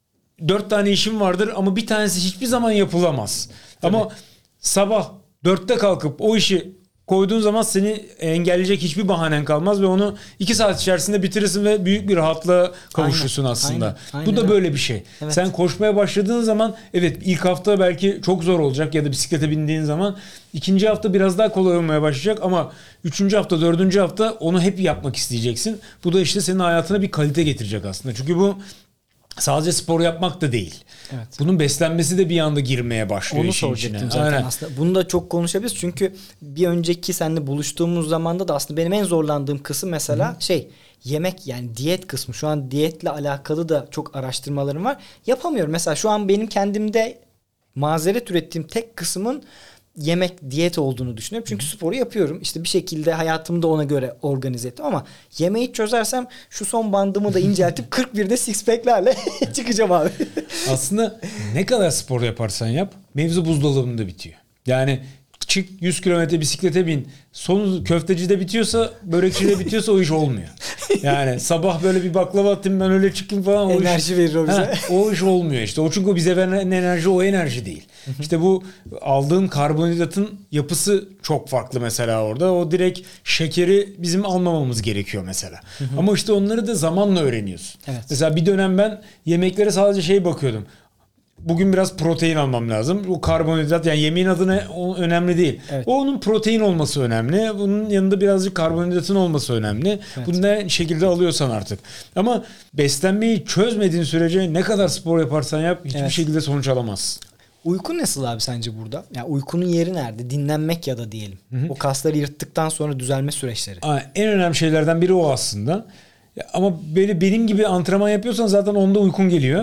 dört tane işim vardır ama bir tanesi hiçbir zaman yapılamaz. Tabii. Ama sabah dörtte kalkıp o işi koyduğun zaman seni engelleyecek hiçbir bahanen kalmaz ve onu iki saat içerisinde bitirirsin ve büyük bir rahatlığa kavuşursun aynen, aslında. Aynen, aynen. Bu da böyle bir şey. Evet. Sen koşmaya başladığın zaman evet ilk hafta belki çok zor olacak ya da bisiklete bindiğin zaman ikinci hafta biraz daha kolay olmaya başlayacak ama üçüncü hafta, dördüncü hafta onu hep yapmak isteyeceksin. Bu da işte senin hayatına bir kalite getirecek aslında. Çünkü bu sadece spor yapmak da değil. Evet. Bunun beslenmesi de bir anda girmeye başlıyor Onu işin soracaktım içine. zaten Aynen. aslında. Bunu da çok konuşabiliriz. Çünkü bir önceki seninle buluştuğumuz zamanda da aslında benim en zorlandığım kısım mesela Hı. şey yemek, yani diyet kısmı. Şu an diyetle alakalı da çok araştırmalarım var. Yapamıyorum. Mesela şu an benim kendimde mazeret ürettiğim tek kısmın yemek, diyet olduğunu düşünüyorum. Çünkü Hı. sporu yapıyorum. İşte bir şekilde hayatımı da ona göre organize ettim ama yemeği çözersem şu son bandımı da inceltip kırk birde six pack'lerle çıkacağım abi. Aslında ne kadar spor yaparsan yap mevzu buzdolabında bitiyor. Yani çık yüz kilometre bisiklete bin. Sonu köftecide bitiyorsa, börekçide bitiyorsa o iş olmuyor. Yani sabah böyle bir baklava atayım ben öyle çıkayım falan. O enerji iş, verir o bize. Ha, o iş olmuyor işte. O çünkü bize veren enerji o enerji değil. İşte bu aldığın karbonhidratın yapısı çok farklı mesela orada. O direkt şekeri bizim almamamız gerekiyor mesela. Ama işte onları da zamanla öğreniyorsun. Evet. Mesela bir dönem ben yemeklere sadece şey bakıyordum. Bugün biraz protein almam lazım. O karbonhidrat, yani yemeğin adı ne, o önemli değil. Evet. O onun protein olması önemli. Bunun yanında birazcık karbonhidratın olması önemli. Evet. Bunu ne şekilde alıyorsan artık. Ama beslenmeyi çözmediğin sürece ne kadar spor yaparsan yap hiçbir evet. şekilde sonuç alamazsın. Uyku nasıl abi sence burada? Yani uykunun yeri nerede? Dinlenmek ya da diyelim. Hı hı. O kasları yırttıktan sonra düzelme süreçleri. Aa, en önemli şeylerden biri o aslında. Ama böyle benim gibi antrenman yapıyorsan zaten onda uykun geliyor.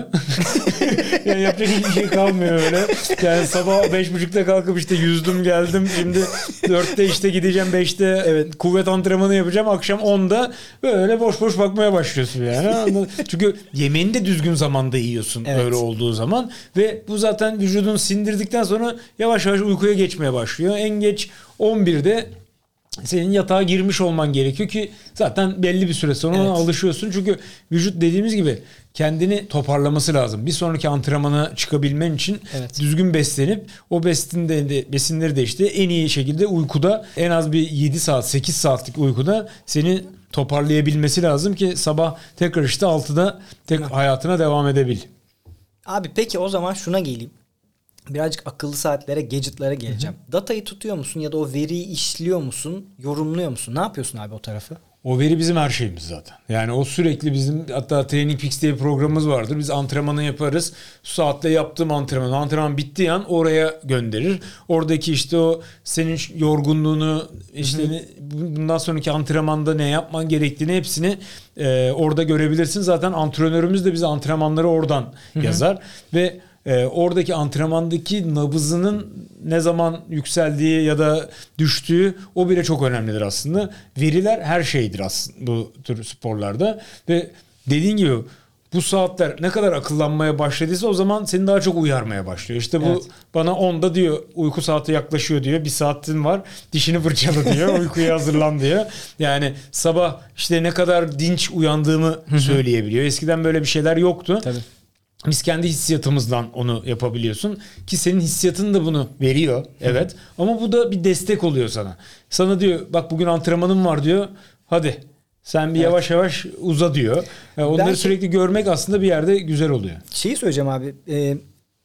Yani yapacak hiçbir şey kalmıyor öyle. Yani sabah beş buçukta kalkıp işte yüzdüm geldim. Şimdi dörtte işte gideceğim, beşte evet kuvvet antrenmanı yapacağım. Akşam onda böyle boş boş bakmaya başlıyorsun yani. Çünkü yemeğini de düzgün zamanda yiyorsun evet. öyle olduğu zaman. Ve bu zaten vücudun sindirdikten sonra yavaş yavaş uykuya geçmeye başlıyor. En geç on birde senin yatağa girmiş olman gerekiyor ki zaten belli bir süre sonra evet. alışıyorsun. Çünkü vücut dediğimiz gibi kendini toparlaması lazım. Bir sonraki antrenmana çıkabilmen için evet. düzgün beslenip o besinde de, besinleri de işte en iyi şekilde uykuda en az bir yedi saat sekiz saatlik uykuda seni toparlayabilmesi lazım ki sabah tekrar işte altıda tek hayatına devam edebil. Abi peki o zaman şuna geleyim. Birazcık akıllı saatlere, gadget'lara geleceğim. Hı hı. Datayı tutuyor musun ya da o veriyi işliyor musun, yorumluyor musun? Ne yapıyorsun abi o tarafı? O veri bizim her şeyimiz zaten. Yani o sürekli bizim, hatta Training Peaks diye bir programımız vardır. Biz antrenmanı yaparız. Şu saatte yaptığım antrenman, antrenman bittiği an oraya gönderir. Oradaki işte o senin yorgunluğunu, işte hı hı. bundan sonraki antrenmanda ne yapman gerektiğini hepsini e, orada görebilirsin. Zaten antrenörümüz de bize antrenmanları oradan hı hı. yazar ve Ee, oradaki antrenmandaki nabızının ne zaman yükseldiği ya da düştüğü o bile çok önemlidir aslında. Veriler her şeydir aslında bu tür sporlarda ve dediğin gibi bu saatler ne kadar akıllanmaya başladıysa o zaman seni daha çok uyarmaya başlıyor. İşte bu evet. bana onda diyor uyku saati yaklaşıyor diyor. Bir saatin var, dişini fırçala diyor. Uykuya hazırlan diyor. Yani sabah işte ne kadar dinç uyandığımı söyleyebiliyor. Eskiden böyle bir şeyler yoktu. Tabii. Biz kendi hissiyatımızdan onu yapabiliyorsun ki senin hissiyatın da bunu veriyor. Evet. Ama bu da bir destek oluyor sana. Sana diyor bak bugün antrenmanım var diyor. Hadi sen bir evet. yavaş yavaş uza diyor. Yani onları Belki, sürekli görmek aslında bir yerde güzel oluyor. Şeyi söyleyeceğim abi. E,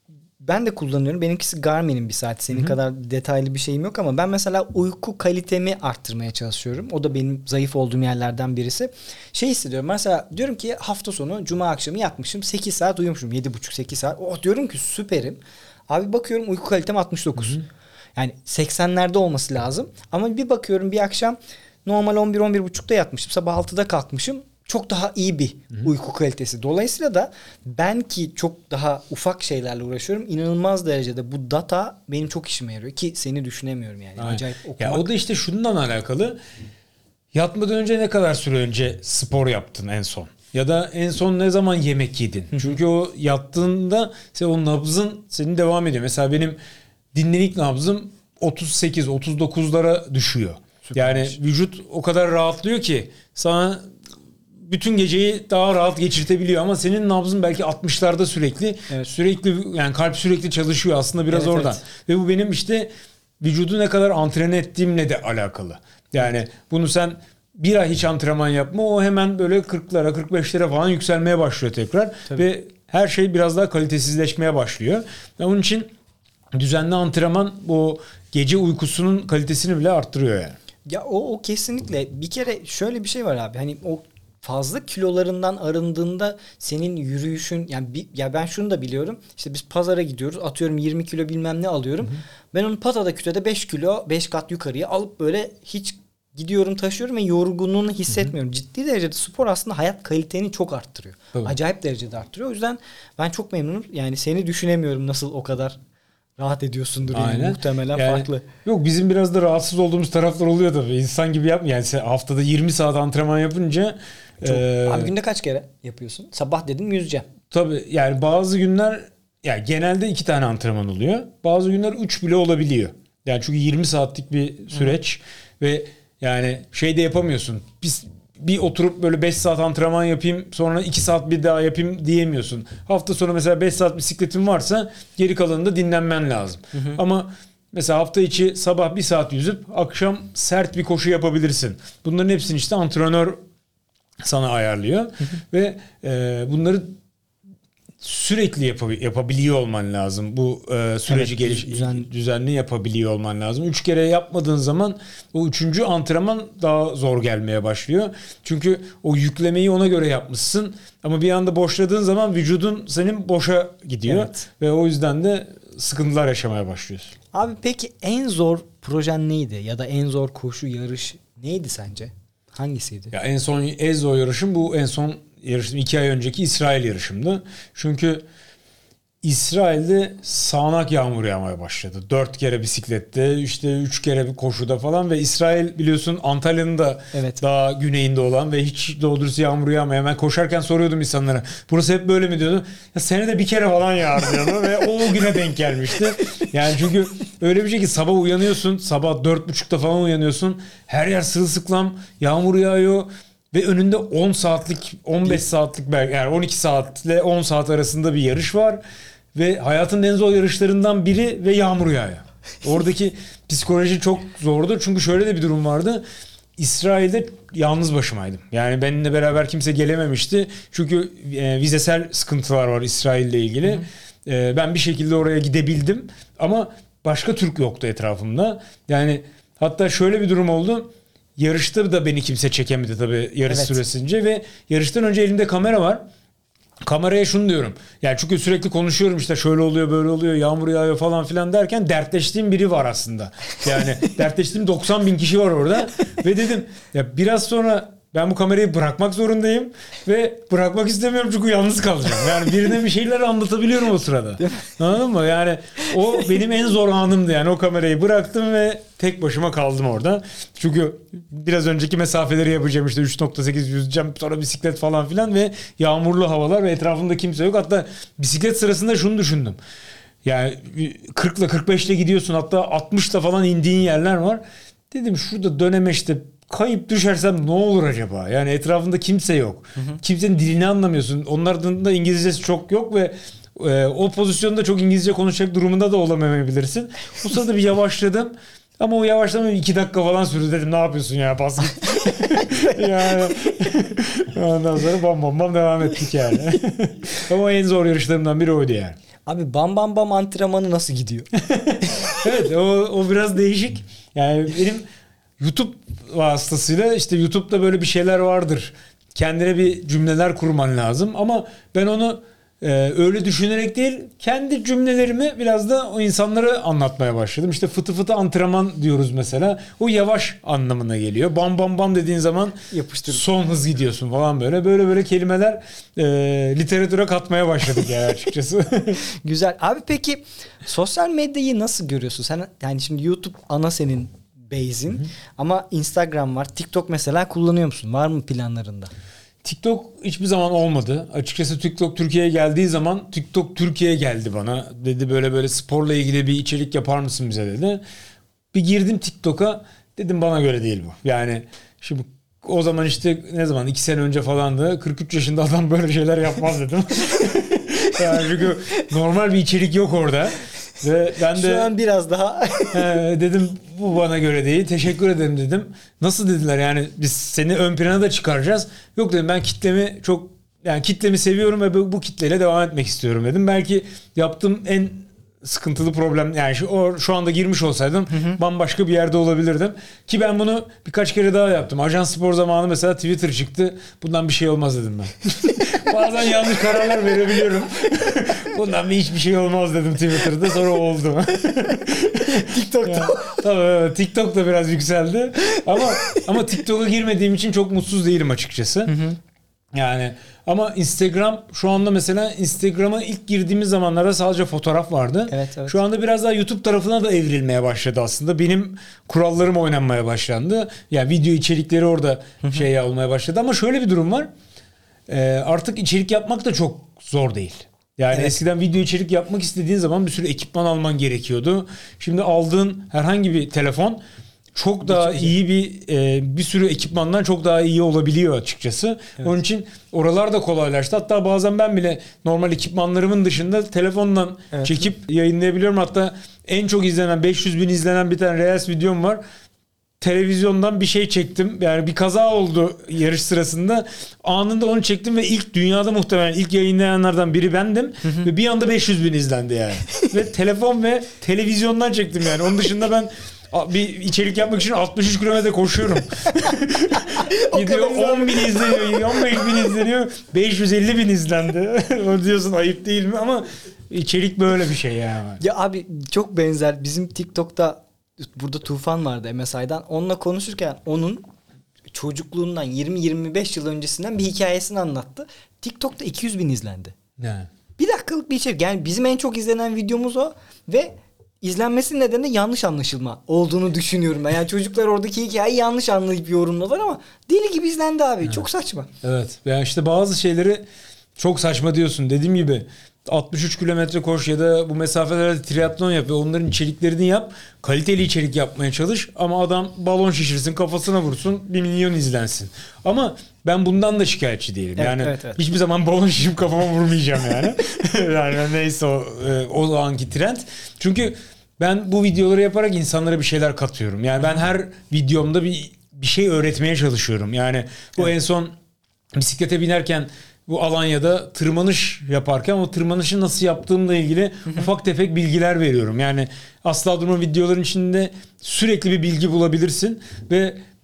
ben de kullanıyorum. Benimkisi Garmin'in bir saati. Senin Hı-hı. kadar detaylı bir şeyim yok ama ben mesela uyku kalitemi arttırmaya çalışıyorum. O da benim zayıf olduğum yerlerden birisi. Şey hissediyorum. Mesela diyorum ki hafta sonu cuma akşamı yatmışım. sekiz saat uyumuşum. yedi buçuk sekiz saat. Oh diyorum ki süperim. Abi bakıyorum uyku kalitem altmış dokuz. Hı-hı. Yani seksenlerde olması lazım. Ama bir bakıyorum bir akşam normal on bir on bir buçukta yatmışım. Sabah altıda kalkmışım. Çok daha iyi bir Hı-hı. uyku kalitesi. Dolayısıyla da ben ki çok daha ufak şeylerle uğraşıyorum. İnanılmaz derecede bu data benim çok işime yarıyor. Ki seni düşünemiyorum yani. Aynen. Acayip okumak. Ya o da işte şundan alakalı. Yatmadan önce ne kadar süre önce spor yaptın en son? Ya da en son ne zaman yemek yedin? Hı-hı. Çünkü o yattığında sen o nabzın senin devam ediyor. Mesela benim dinlenik nabzım otuz sekiz otuz dokuzlara düşüyor. Süpermiş. Yani vücut o kadar rahatlıyor ki sana bütün geceyi daha rahat geçirtebiliyor ama senin nabzın belki altmışlarda sürekli evet. sürekli yani kalp sürekli çalışıyor aslında biraz evet, oradan. Evet. Ve bu benim işte vücudu ne kadar antrene ettiğimle de alakalı. Yani evet. bunu sen bir ay hiç antrenman yapma o hemen böyle kırklara kırk beşlere falan yükselmeye başlıyor tekrar. Tabii. Ve her şey biraz daha kalitesizleşmeye başlıyor. Ve onun için düzenli antrenman bu gece uykusunun kalitesini bile arttırıyor yani. Ya o, o kesinlikle bir kere şöyle bir şey var abi hani o fazla kilolarından arındığında senin yürüyüşün yani bir, ya ben şunu da biliyorum işte biz pazara gidiyoruz atıyorum yirmi kilo bilmem ne alıyorum. Hı hı. Ben onu patada kütede beş kilo beş kat yukarıya alıp böyle hiç gidiyorum taşıyorum ve yorgunluğunu hissetmiyorum. Hı hı. Ciddi derecede spor aslında hayat kaliteni çok arttırıyor. Tabii. Acayip derecede arttırıyor. O yüzden ben çok memnunum. Yani seni düşünemiyorum nasıl o kadar rahat ediyorsundur yani. Aynen. Muhtemelen yani, farklı. Yok bizim biraz da rahatsız olduğumuz taraflar oluyor tabii. İnsan gibi yapmıyor. Yani haftada yirmi saat antrenman yapınca çok, ee, abi günde kaç kere yapıyorsun? Sabah dedim yüzeceğim. Tabii yani bazı günler yani genelde iki tane antrenman oluyor. Bazı günler üç bile olabiliyor. Yani çünkü yirmi saatlik bir süreç Hı. ve yani şey de yapamıyorsun. Biz bir oturup böyle beş saat antrenman yapayım sonra iki saat bir daha yapayım diyemiyorsun. Hafta sonu mesela beş saat bisikletin varsa geri kalanında dinlenmen lazım. Hı hı. Ama mesela hafta içi sabah bir saat yüzüp akşam sert bir koşu yapabilirsin. Bunların hepsini işte antrenör sana ayarlıyor. Hı hı. Ve e, bunları sürekli yap- yapabiliyor olman lazım. Bu e, süreci evet, geliş düzen- düzenli yapabiliyor olman lazım. Üç kere yapmadığın zaman o üçüncü antrenman daha zor gelmeye başlıyor. Çünkü o yüklemeyi ona göre yapmışsın. Ama bir anda boşladığın zaman vücudun senin boşa gidiyor. Evet. Ve o yüzden de sıkıntılar yaşamaya başlıyorsun. Abi peki en zor projen neydi? Ya da en zor koşu, yarış neydi sence? Hangisiydi? Ya en son en zor yarışım bu en son yarışım iki ay önceki İsrail yarışımdı. Çünkü İsrail'de sağanak yağmur yağmaya başladı. Dört kere bisiklette, işte üç kere bir koşuda falan ve İsrail biliyorsun Antalya'nın da evet. daha güneyinde olan ve hiç doğru dürüst yağmur yağmayan. Ben koşarken soruyordum insanlara. Burası hep böyle mi diyordu? Ya senede bir kere falan yağar diyordu ve o güne denk gelmişti. Yani çünkü öyle bir şey ki sabah uyanıyorsun, sabah dört buçukta falan uyanıyorsun. Her yer sırılsıklam, yağmur yağıyor. Ve önünde on saatlik, on beş saatlik belki yani on iki saatle on saat arasında bir yarış var. Ve hayatın en zor yarışlarından biri ve yağmur yağıyor. Oradaki psikoloji çok zordu. Çünkü şöyle de bir durum vardı. İsrail'de yalnız başımaydım. Yani benimle beraber kimse gelememişti. Çünkü e, vizesel sıkıntılar var İsrail'le ilgili. E, ben bir şekilde oraya gidebildim. Ama başka Türk yoktu etrafımda. Yani hatta şöyle bir durum oldu. yarışta da beni kimse çekemedi tabii yarış Evet. süresince ve yarıştan önce elimde kamera var. Kameraya şunu diyorum. Yani çünkü sürekli konuşuyorum işte şöyle oluyor böyle oluyor yağmur yağıyor falan filan derken dertleştiğim biri var aslında. Yani dertleştiğim doksan bin kişi var orada ve dedim ya biraz sonra ben bu kamerayı bırakmak zorundayım ve bırakmak istemiyorum çünkü yalnız kalacağım. Yani birine bir şeyler anlatabiliyorum o sırada. Anladın mı? Yani o benim en zor anımdı yani o kamerayı bıraktım ve tek başıma kaldım orada. Çünkü biraz önceki mesafeleri yapacağım işte üç nokta sekiz yüzeceğim sonra bisiklet falan filan ve yağmurlu havalar ve etrafımda kimse yok. Hatta bisiklet sırasında şunu düşündüm. Yani kırk ile kırk beş ile gidiyorsun hatta altmış ile falan indiğin yerler var. Dedim şurada dönemeçte kayıp düşersem ne olur acaba? Yani etrafında kimse yok. Hı hı. Kimsenin dilini anlamıyorsun. Onların da İngilizcesi çok yok ve e, o pozisyonda çok İngilizce konuşacak durumunda da olamayabilirsin. Bu sırada bir yavaşladım. Ama o yavaşlama iki dakika falan sürdü dedim. Ne yapıyorsun ya? Bas git. Yani ondan sonra bam bam bam devam ettik yani. Ama en zor yarışlarımdan biri oydu yani. Abi bam bam bam antrenmanı nasıl gidiyor? Evet o, o biraz değişik. Yani benim YouTube vasıtasıyla işte YouTube'da böyle bir şeyler vardır. Kendine bir cümleler kurman lazım. Ama ben onu e, öyle düşünerek değil, kendi cümlelerimi biraz da o insanlara anlatmaya başladım. İşte fıtı fıtı antrenman diyoruz mesela. O yavaş anlamına geliyor. Bam bam bam dediğin zaman yapıştır. Son hız gidiyorsun falan böyle. Böyle böyle kelimeler e, literatüre katmaya başladık yani açıkçası. Güzel. Abi peki sosyal medyayı nasıl görüyorsun? Sen yani şimdi YouTube ana senin base'in ama Instagram var. TikTok mesela kullanıyor musun? Var mı planlarında? TikTok hiçbir zaman olmadı. Açıkçası TikTok Türkiye'ye geldiği zaman TikTok Türkiye'ye geldi bana. Dedi böyle böyle sporla ilgili bir içerik yapar mısın bize dedi. Bir girdim TikTok'a dedim bana göre değil bu. Yani şimdi o zaman işte ne zaman iki sene önce falandı. kırk üç yaşında adam böyle şeyler yapmaz dedim. Yani çünkü normal bir içerik yok orada. Ve ben de şu an biraz daha he, dedim bu bana göre değil. Teşekkür ederim dedim. Nasıl dediler yani biz seni ön plana da çıkaracağız. Yok dedim ben kitlemi çok yani kitlemi seviyorum ve bu, bu kitleyle devam etmek istiyorum dedim. Belki yaptığım en sıkıntılı problem yani şu, o, şu anda girmiş olsaydım hı hı. bambaşka bir yerde olabilirdim. Ki ben bunu birkaç kere daha yaptım. Ajans Spor zamanı mesela Twitter çıktı. Bundan bir şey olmaz dedim ben. Bazen yanlış kararlar verebiliyorum. Bundan bir hiçbir şey olmaz dedim Twitter'da. Sonra oldu. TikTok'ta. Yani, tabii evet, TikTok da biraz yükseldi. Ama ama TikTok'a girmediğim için çok mutsuz değilim açıkçası. Hı hı. Yani ama Instagram şu anda mesela Instagram'a ilk girdiğimiz zamanlarda sadece fotoğraf vardı. Evet, evet. Şu anda biraz daha YouTube tarafına da evrilmeye başladı aslında. Benim kurallarım oynanmaya başlandı. Yani video içerikleri orada şey olmaya başladı. Ama şöyle bir durum var. Ee, artık içerik yapmak da çok zor değil. Yani evet. Eskiden video içerik yapmak istediğin zaman bir sürü ekipman alman gerekiyordu. Şimdi aldığın herhangi bir telefon çok daha iyi bir e, bir sürü ekipmandan çok daha iyi olabiliyor açıkçası. Evet. Onun için oralar da kolaylaştı. Hatta bazen ben bile normal ekipmanlarımın dışında telefondan evet. çekip yayınlayabiliyorum. Hatta en çok izlenen beş yüz bin izlenen bir tane Reels videom var. Televizyondan bir şey çektim. Yani bir kaza oldu yarış sırasında. Anında onu çektim ve ilk dünyada muhtemelen ilk yayınlayanlardan biri bendim. Hı hı. Ve bir anda beş yüz bin izlendi yani. Ve telefon ve televizyondan çektim yani. Onun dışında ben bir içerik yapmak için altmış üç kilometre koşuyorum. Gidiyor on bin izleniyor, on beş bin izleniyor, beş yüz elli bin izlendi. O diyorsun ayıp değil mi? Ama içerik böyle bir şey yani. Ya abi çok benzer. Bizim TikTok'ta burada Tufan vardı M S I'dan. Onunla konuşurken onun çocukluğundan yirmi yirmi beş yıl öncesinden bir hikayesini anlattı. TikTok'ta iki yüz bin izlendi. Ne? Bir dakikalık bir içerik. Yani bizim en çok izlenen videomuz o ve İzlenmesinin nedeni de yanlış anlaşılma olduğunu düşünüyorum ben. Yani çocuklar oradaki hikayeyi yanlış anlayıp yorumladılar ama deli gibi izlendi abi. Evet. Çok saçma. Evet. Yani işte bazı şeyleri çok saçma diyorsun. Dediğim gibi altmış üç kilometre koş ya da bu mesafelerde triatlon yap ve onların içeriklerini yap. Kaliteli içerik yapmaya çalış. Ama adam balon şişirsin, kafasına vursun, bir milyon izlensin. Ama ben bundan da şikayetçi değilim. Evet, yani evet, evet. Hiçbir zaman balon şişip kafama vurmayacağım yani. Yani neyse o, o anki trend. Çünkü ben bu videoları yaparak insanlara bir şeyler katıyorum. Yani ben her videomda bir bir şey öğretmeye çalışıyorum. Yani bu evet. En son bisiklete binerken bu Alanya'da tırmanış yaparken o tırmanışı nasıl yaptığımla ilgili ufak tefek bilgiler veriyorum. Yani Asla Durma videoların içinde sürekli bir bilgi bulabilirsin ve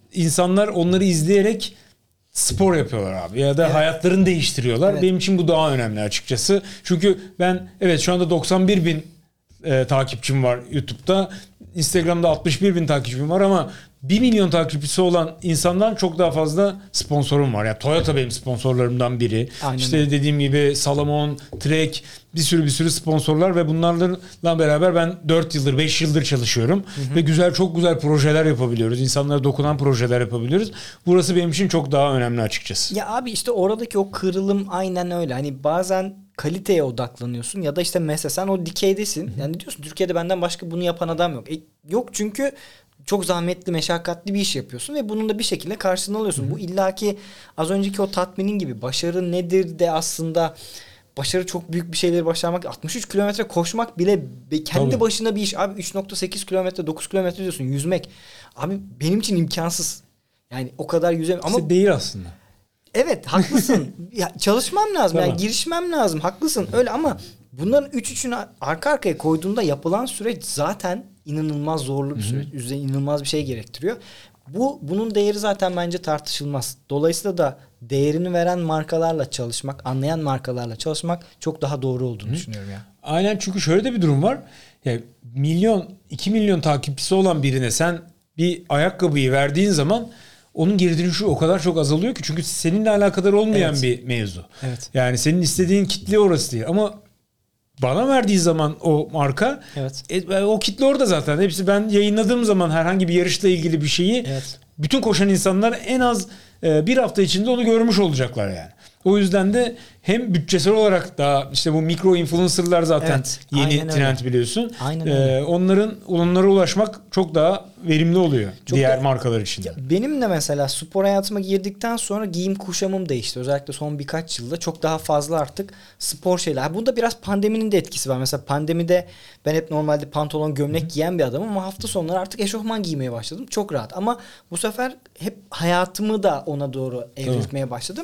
insanlar onları izleyerek spor yapıyorlar abi ya da evet. hayatlarını değiştiriyorlar. Evet. Benim için bu daha önemli açıkçası. Çünkü ben evet şu anda doksan bir bin e, takipçim var YouTube'da. Instagram'da altmış bir bin takipçim var ama bir milyon takipçisi olan insandan çok daha fazla sponsorum var. Yani Toyota benim sponsorlarımdan biri. Aynen. İşte dediğim gibi Salomon, Trek, bir sürü bir sürü sponsorlar ve bunlarla beraber ben dört yıldır, beş yıldır çalışıyorum. Hı hı. Ve güzel, çok güzel projeler yapabiliyoruz. İnsanlara dokunan projeler yapabiliyoruz. Burası benim için çok daha önemli açıkçası. Ya abi işte oradaki o kırılım aynen öyle. Hani bazen kaliteye odaklanıyorsun ya da işte mesela sen o dikeydesin. Hı hı. Yani diyorsun Türkiye'de benden başka bunu yapan adam yok. E, yok çünkü çok zahmetli, meşakkatli bir iş yapıyorsun ve bunun da bir şekilde karşılığını alıyorsun. Hı-hı. Bu illaki az önceki o tatminin gibi başarı nedir de aslında başarı çok büyük bir şeyleri başarmak. altmış üç kilometre koşmak bile kendi Tabii. başına bir iş. Abi üç nokta sekiz kilometre, dokuz kilometre diyorsun yüzmek. Abi benim için imkansız. Yani o kadar yüzemem. Ama İşte değil aslında. Evet haklısın. Ya, çalışmam lazım. Tamam. Yani girişmem lazım. Haklısın öyle ama bunların üç üçünü arka arkaya koyduğunda yapılan süreç zaten inanılmaz zorlu bir süreç. Üzerine inanılmaz bir şey gerektiriyor. Bu bunun değeri zaten bence tartışılmaz. Dolayısıyla da değerini veren markalarla çalışmak, anlayan markalarla çalışmak çok daha doğru olduğunu Hı. düşünüyorum ya. Aynen çünkü şöyle de bir durum var. Ya milyon, iki milyon takipçisi olan birine sen bir ayakkabıyı verdiğin zaman onun geri dönüşü o kadar çok azalıyor ki çünkü seninle alakadar olmayan evet. bir mevzu. Evet. Yani senin istediğin kitle orası değil ama bana verdiği zaman o marka evet. e, o kitle orada zaten. Hepsi ben yayınladığım zaman herhangi bir yarışla ilgili bir şeyi evet. bütün koşan insanlar en az e, bir hafta içinde onu görmüş olacaklar yani. O yüzden de hem bütçesel olarak da işte bu mikro influencerlar zaten evet, yeni trend öyle. Biliyorsun. Aynen ee, onların onlara ulaşmak çok daha verimli oluyor çok diğer da, markalar için de. Benim de mesela spor hayatıma girdikten sonra giyim kuşamım değişti. Özellikle son birkaç yılda çok daha fazla artık spor şeyler. Bunda biraz pandeminin de etkisi var. Mesela pandemide ben hep normalde pantolon, gömlek Hı-hı. giyen bir adamım ama hafta sonları artık eşofman giymeye başladım. Çok rahat ama bu sefer hep hayatımı da ona doğru evrilmeye Hı. başladım.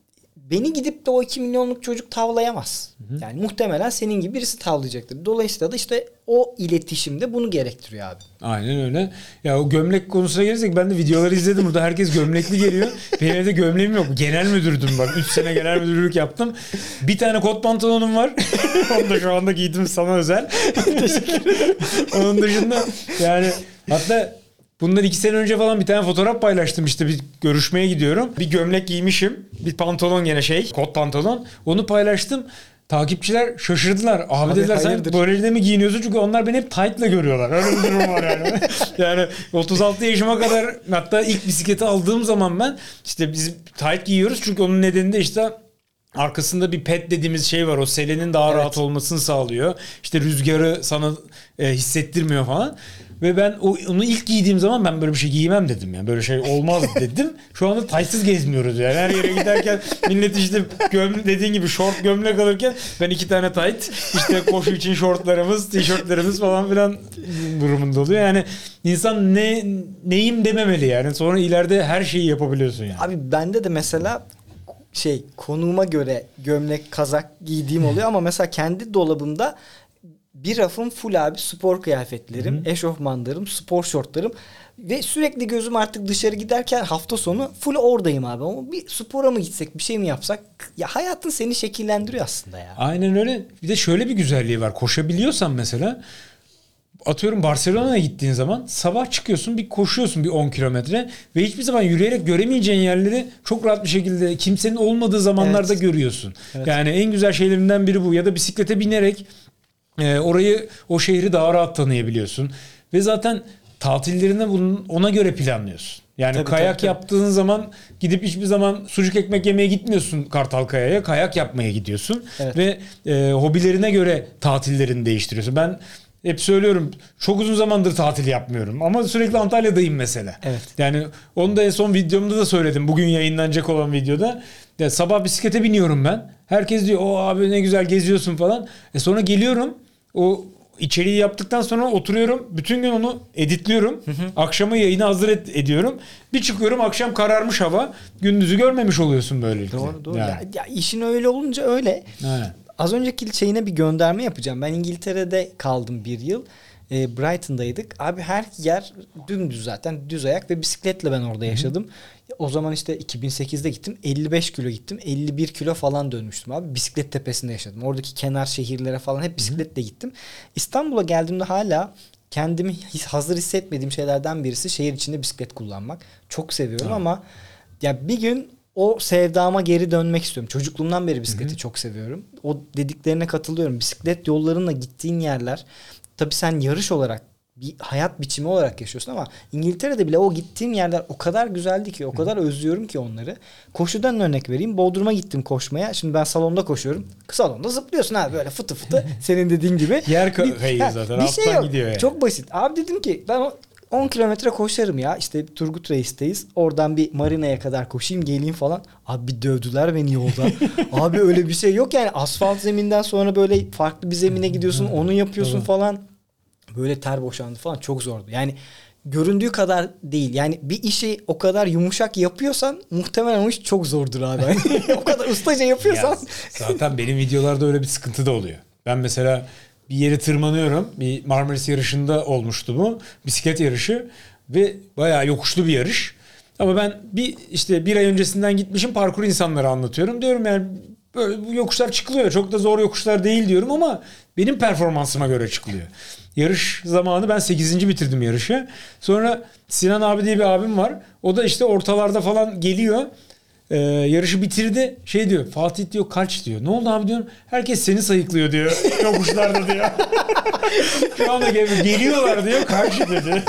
Beni gidip de o iki milyonluk çocuk tavlayamaz. Hı hı. Yani muhtemelen senin gibi birisi tavlayacaktır. Dolayısıyla da işte o iletişimde bunu gerektiriyor abi. Aynen öyle. Ya o gömlek konusuna gelirsek ben de videoları izledim. Burada herkes gömlekli geliyor. Benim evde gömleğim yok. Genel müdürdüm bak. üç sene genel müdürlük yaptım. Bir tane kot pantolonum var. Onu da şu anda giydim sana özel. Teşekkür ederim. Onun dışında yani hatta bundan iki sene önce falan bir tane fotoğraf paylaştım işte bir görüşmeye gidiyorum. Bir gömlek giymişim. Bir pantolon gene şey kot pantolon. Onu paylaştım. Takipçiler şaşırdılar. Abi, Abi dediler hayırdır? Sen böyle de mi giyiniyorsun? Çünkü onlar beni hep tight'la görüyorlar. Öyle bir durum var yani. Yani otuz altı yaşıma kadar hatta ilk bisikleti aldığım zaman ben işte biz tight giyiyoruz. Çünkü onun nedeni de işte arkasında bir ped dediğimiz şey var. O selenin daha evet. rahat olmasını sağlıyor. İşte rüzgarı sana e, hissettirmiyor falan. Ve ben o, onu ilk giydiğim zaman ben böyle bir şey giymem dedim. Yani böyle şey olmaz dedim. Şu anda taytsız gezmiyoruz yani. Her yere giderken millet işte göm, dediğin gibi şort gömlek alırken ben iki tane tayt işte koşu için şortlarımız, tişörtlerimiz falan filan durumunda oluyor. Yani insan ne neyim dememeli yani. Sonra ileride her şeyi yapabiliyorsun yani. Abi bende de mesela şey konuğuma göre gömlek, kazak giydiğim oluyor ama mesela kendi dolabımda bir rafım full abi spor kıyafetlerim, Hı-hı. eşofmanlarım, spor şortlarım ve sürekli gözüm artık dışarı giderken hafta sonu full oradayım abi. Ama bir spora mı gitsek, bir şey mi yapsak? Ya hayatın seni şekillendiriyor aslında ya. Aynen öyle. Bir de şöyle bir güzelliği var. Koşabiliyorsan mesela atıyorum Barcelona'ya gittiğin zaman sabah çıkıyorsun bir koşuyorsun bir on kilometre ve hiçbir zaman yürüyerek göremeyeceğin yerleri çok rahat bir şekilde kimsenin olmadığı zamanlarda evet. görüyorsun. Evet. Yani en güzel şeylerinden biri bu. Ya da bisiklete binerek e, orayı o şehri daha rahat tanıyabiliyorsun. Ve zaten tatillerinde bunun ona göre planlıyorsun. Yani tabii, kayak tabii, tabii. yaptığın zaman gidip hiçbir zaman sucuk ekmek yemeye gitmiyorsun Kartalkaya'ya. Kayak yapmaya gidiyorsun. Evet. Ve e, hobilerine göre tatillerini değiştiriyorsun. Ben hep söylüyorum çok uzun zamandır tatil yapmıyorum ama sürekli Antalya'dayım mesela. Evet. Yani onu da en son videomda da söyledim. Bugün yayınlanacak olan videoda. Ya sabah bisiklete biniyorum ben. Herkes diyor o abi ne güzel geziyorsun falan. E sonra geliyorum o içeriği yaptıktan sonra oturuyorum. Bütün gün onu editliyorum. Hı hı. Akşama yayını hazır ed- ediyorum. Bir çıkıyorum akşam kararmış hava. Gündüzü görmemiş oluyorsun böylelikle. Doğru doğru. Yani. Ya, ya işin öyle olunca öyle. Aynen. az önceki şeyine bir gönderme yapacağım. Ben İngiltere'de kaldım bir yıl. E, Brighton'daydık. Abi her yer dümdüz zaten. Düz ayak ve bisikletle ben orada yaşadım. Hı-hı. O zaman işte iki bin sekizde gittim. elli beş kilo gittim. elli bir kilo falan dönmüştüm abi. Bisiklet tepesinde yaşadım. Oradaki kenar şehirlere falan hep bisikletle Hı-hı. gittim. İstanbul'a geldiğimde hala kendimi hazır hissetmediğim şeylerden birisi şehir içinde bisiklet kullanmak. Çok seviyorum Hı-hı. ama ya bir gün o sevdama geri dönmek istiyorum. Çocukluğumdan beri bisikleti Hı-hı. çok seviyorum. O dediklerine katılıyorum. Bisiklet yollarında gittiğin yerler, tabii sen yarış olarak bir hayat biçimi olarak yaşıyorsun ama İngiltere'de bile o gittiğim yerler o kadar güzeldi ki, o kadar özlüyorum ki onları. Koşudan örnek vereyim. Bodrum'a gittim koşmaya. Şimdi ben salonda koşuyorum. Salonda zıplıyorsun abi böyle fıtı fıtı senin dediğin gibi. Yer kayıyor zaten. Bir şey yok. Gidiyor yani. Çok basit. Abi dedim ki ben on kilometre koşarım ya. İşte Turgut Reis'teyiz. Oradan bir marinaya kadar koşayım geleyim falan. Abi bir dövdüler beni yolda. Abi öyle bir şey yok yani. Asfalt zeminden sonra böyle farklı bir zemine gidiyorsun. Onu yapıyorsun falan. Böyle ter boşandı falan. Çok zordu. Yani göründüğü kadar değil. Yani bir işi o kadar yumuşak yapıyorsan muhtemelen o iş çok zordur abi. O kadar ustaca yapıyorsan. Ya, zaten benim videolarda öyle bir sıkıntı da oluyor. Ben mesela bir yere tırmanıyorum. Bir Marmaris yarışında olmuştu bu. Bisiklet yarışı ve bayağı yokuşlu bir yarış. Ama ben bir işte bir ay öncesinden gitmişim, parkur insanlara anlatıyorum. Diyorum yani böyle bu yokuşlar çıkılıyor. Çok da zor yokuşlar değil diyorum ama benim performansıma göre çıkılıyor. Yarış zamanı ben sekizinci bitirdim yarışı. Sonra Sinan abi diye bir abim var. O da işte ortalarda falan geliyor. Ee, yarışı bitirdi. Şey diyor, Fatih diyor kaç diyor. Ne oldu abi diyorum. Herkes seni sayıklıyor diyor. Yokuşlarda diyor. Şu anda gel- geliyorlar diyor. Kaç dedi.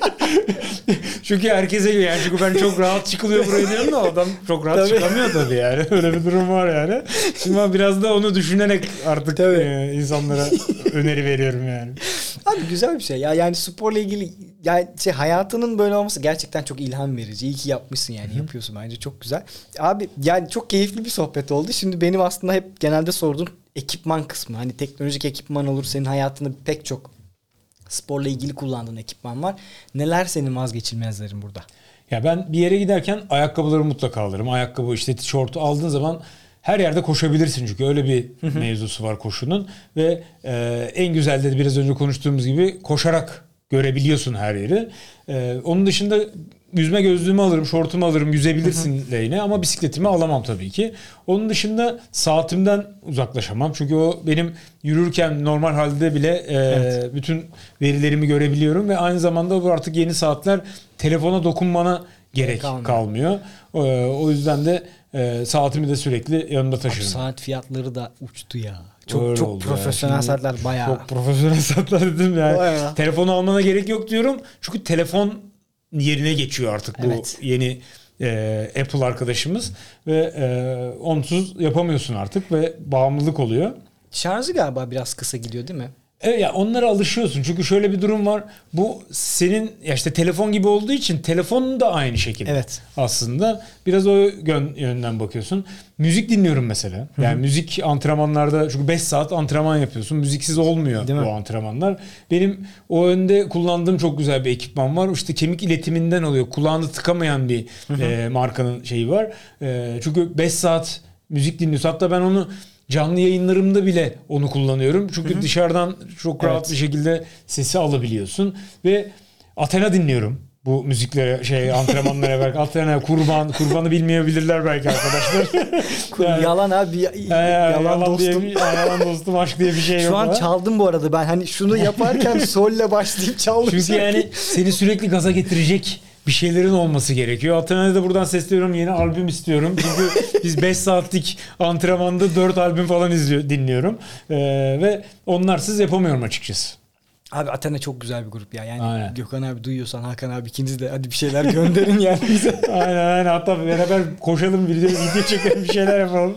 Çünkü herkese yani çünkü ben çok rahat çıkılıyor buraya diyorum da adam çok rahat tabii. çıkamıyor tabii yani. Öyle bir durum var yani. Şimdi ben biraz da onu düşünerek artık e, insanlara öneri veriyorum yani. Abi güzel bir şey ya, yani sporla ilgili yani şey, hayatının böyle olması gerçekten çok ilham verici. İyi ki yapmışsın yani. Hı-hı. Yapıyorsun bence, çok güzel. Abi yani çok keyifli bir sohbet oldu. Şimdi benim aslında hep genelde sorduğum ekipman kısmı. Hani teknolojik ekipman olur, senin hayatında pek çok sporla ilgili kullandığın ekipman var. Neler senin vazgeçilmezlerin burada? Ya ben bir yere giderken ayakkabıları mutlaka alırım. Ayakkabı işte tişörtü aldığın zaman her yerde koşabilirsin çünkü öyle bir hı hı. mevzusu var koşunun ve e, en güzel de biraz önce konuştuğumuz gibi koşarak görebiliyorsun her yeri. E, onun dışında yüzme gözlüğümü alırım, şortumu alırım, yüzebilirsin lehine ama bisikletimi alamam tabii ki. Onun dışında saatimden uzaklaşamam çünkü o benim yürürken normal halde bile e, evet. bütün verilerimi görebiliyorum ve aynı zamanda bu artık yeni saatler telefona dokunmana gerek kalmıyor. kalmıyor. E, o yüzden de e, saatimi de sürekli yanımda taşırım. Abi saat fiyatları da uçtu ya. Çok Öyle çok profesyonel ya. saatler bayağı. Çok profesyonel saatler dedim yani. Bayağı. Telefonu almana gerek yok diyorum. Çünkü telefon yerine geçiyor artık bu evet. yeni e, Apple arkadaşımız ve e, onsuz yapamıyorsun artık ve bağımlılık oluyor. Şarjı galiba biraz kısa gidiyor değil mi? Evet ya, onlara alışıyorsun. Çünkü şöyle bir durum var. Bu senin ya işte telefon gibi olduğu için telefonun da aynı şekilde. Evet. Aslında biraz o yönden bakıyorsun. Müzik dinliyorum mesela. Yani Hı-hı. müzik antrenmanlarda çünkü beş saat antrenman yapıyorsun. Müziksiz olmuyor değil bu mi? Antrenmanlar. Benim o yönde kullandığım çok güzel bir ekipman var. İşte kemik iletiminden oluyor. Kulağını tıkamayan bir e, markanın şeyi var. E, çünkü beş saat müzik dinliyorsun. Hatta ben onu canlı yayınlarımda bile onu kullanıyorum. Çünkü Hı-hı. dışarıdan çok rahat evet. bir şekilde sesi alabiliyorsun. Ve Athena dinliyorum. Bu müziklere şey antrenmanlara belki Athena, Kurban, Kurban'ı bilmeyebilirler belki arkadaşlar. yani, yalan abi. Ya, yalan, yalan dostum. Diye, yalan dostum aşk diye bir şey Şu yok. Şu an ama. Çaldım bu arada ben. Hani şunu yaparken solle başlayıp çaldım. Çünkü sanki. Yani seni sürekli gaza getirecek bir şeylerin olması gerekiyor. Athena'da da buradan sesleniyorum, yeni albüm istiyorum. Çünkü biz beş saatlik antrenmanda dört albüm falan izliyor, dinliyorum. Ee, ve onlarsız yapamıyorum açıkçası. Abi Athena çok güzel bir grup ya. Yani aynen. Gökhan abi duyuyorsan, Hakan abi ikiniz de hadi bir şeyler gönderin yani bize. aynen aynen. Hatta beraber koşalım, video, video çekelim, bir şeyler yapalım.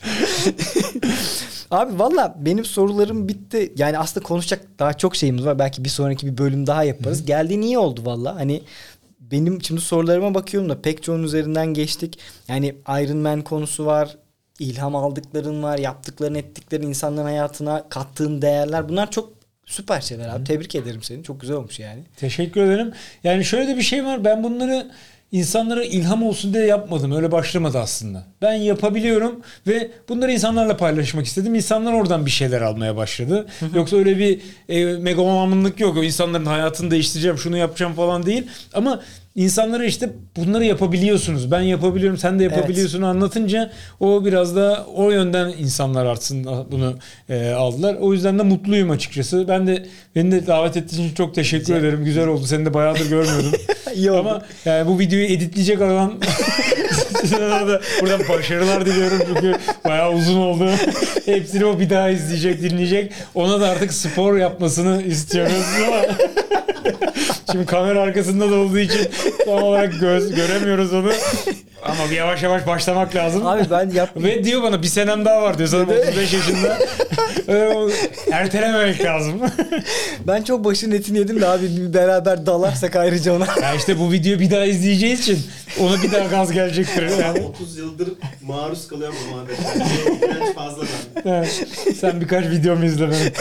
Abi valla benim sorularım bitti. Yani aslında konuşacak daha çok şeyimiz var. Belki bir sonraki bir bölüm daha yaparız. Hı-hı. Geldiğin iyi oldu valla. Hani benim şimdi sorularıma bakıyorum da pek çoğunun üzerinden geçtik. Yani Iron Man konusu var. İlham aldıkların var. Yaptıkların, ettiklerin, insanların hayatına kattığın değerler. Bunlar çok süper şeyler abi. Hı. Tebrik ederim seni. Çok güzel olmuş yani. Teşekkür ederim. Yani şöyle de bir şey var. Ben bunları insanlara ilham olsun diye yapmadım. Öyle başlamadı aslında. Ben yapabiliyorum ve bunları insanlarla paylaşmak istedim. İnsanlar oradan bir şeyler almaya başladı. Hı hı. Yoksa öyle bir e, megalomanyaklık yok. O insanların hayatını değiştireceğim, şunu yapacağım falan değil. Ama İnsanlara işte bunları yapabiliyorsunuz. Ben yapabiliyorum, sen de yapabiliyorsun evet. anlatınca o biraz da o yönden insanlar artsın bunu e, aldılar. O yüzden de mutluyum açıkçası. Ben de beni de davet ettiğin için çok teşekkür Güzel. ederim. Güzel oldu. Seni de bayağıdır görmüyordum. Ama yani bu videoyu editleyecek olan da buradan başarılar diliyorum çünkü bayağı uzun oldu. Hepsini o bir daha izleyecek, dinleyecek. Ona da artık spor yapmasını istiyoruz ama şimdi kamera arkasında da olduğu için tam olarak göz, göremiyoruz onu. Ama bir yavaş yavaş başlamak lazım. Abi ben yapmayayım. Ve diyor bana bir senem daha var diyor. Sanırım otuz beş yaşında. Ertelememek lazım. Ben çok başın etini yedim de abi bir beraber dalarsak ayrıca ona. Ya işte bu videoyu bir daha izleyeceğiz için ona bir daha gaz gelecektir. Yani. otuz yıldır maruz kalıyor bu muhabbetler. İğrenç fazladan. Evet. Sen birkaç videomu izle benim.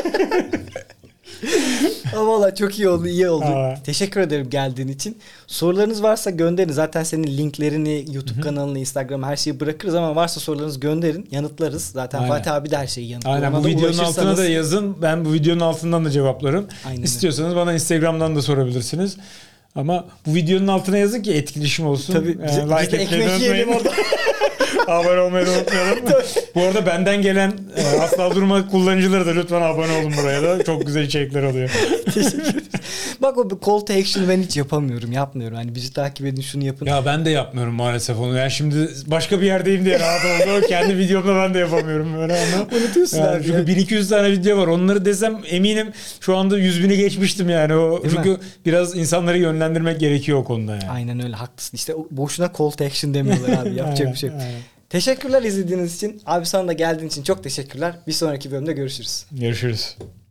Valla çok iyi oldu, iyi oldu. Aa. Teşekkür ederim geldiğin için. Sorularınız varsa gönderin. Zaten senin linklerini, YouTube Hı-hı. kanalını, Instagram her şeyi bırakırız ama varsa sorularınızı gönderin. Yanıtlarız. Zaten Aynen. Fatih abi de her şeyi yanıtlıyor. Aynen. Bu videonun altına da yazın. Ben bu videonun altından da cevaplarım. Aynen. İstiyorsanız bana Instagram'dan da sorabilirsiniz. Ama bu videonun altına yazın ki etkileşim olsun. Tabii. Yani like etmeyi unutmayın. Abone olmayı da unutmayalım. Bu arada benden gelen e, Asla Durma kullanıcıları da lütfen abone olun buraya da. Çok güzel içerikler oluyor. Teşekkür ederim. Bak o call to action'ı ben hiç yapamıyorum. Yapmıyorum. Hani bizi takip edin, şunu yapın. Ya ben de yapmıyorum maalesef onu. Yani şimdi başka bir yerdeyim diye rahat oldu. Kendi videomda ben de yapamıyorum böyle ama. Unutuyorsun yani abi. Çünkü ya. bin iki yüz tane video var. Onları desem eminim şu anda yüz bini geçmiştim yani. O Değil çünkü mi? biraz insanları yönlendirmek gerekiyor o konuda yani. Aynen öyle, haklısın. İşte boşuna call to action demiyorlar abi. Yapacak aynen, bir şey yok. aynen. Teşekkürler izlediğiniz için. Abi sana da geldiğin için çok teşekkürler. Bir sonraki bölümde görüşürüz. Görüşürüz.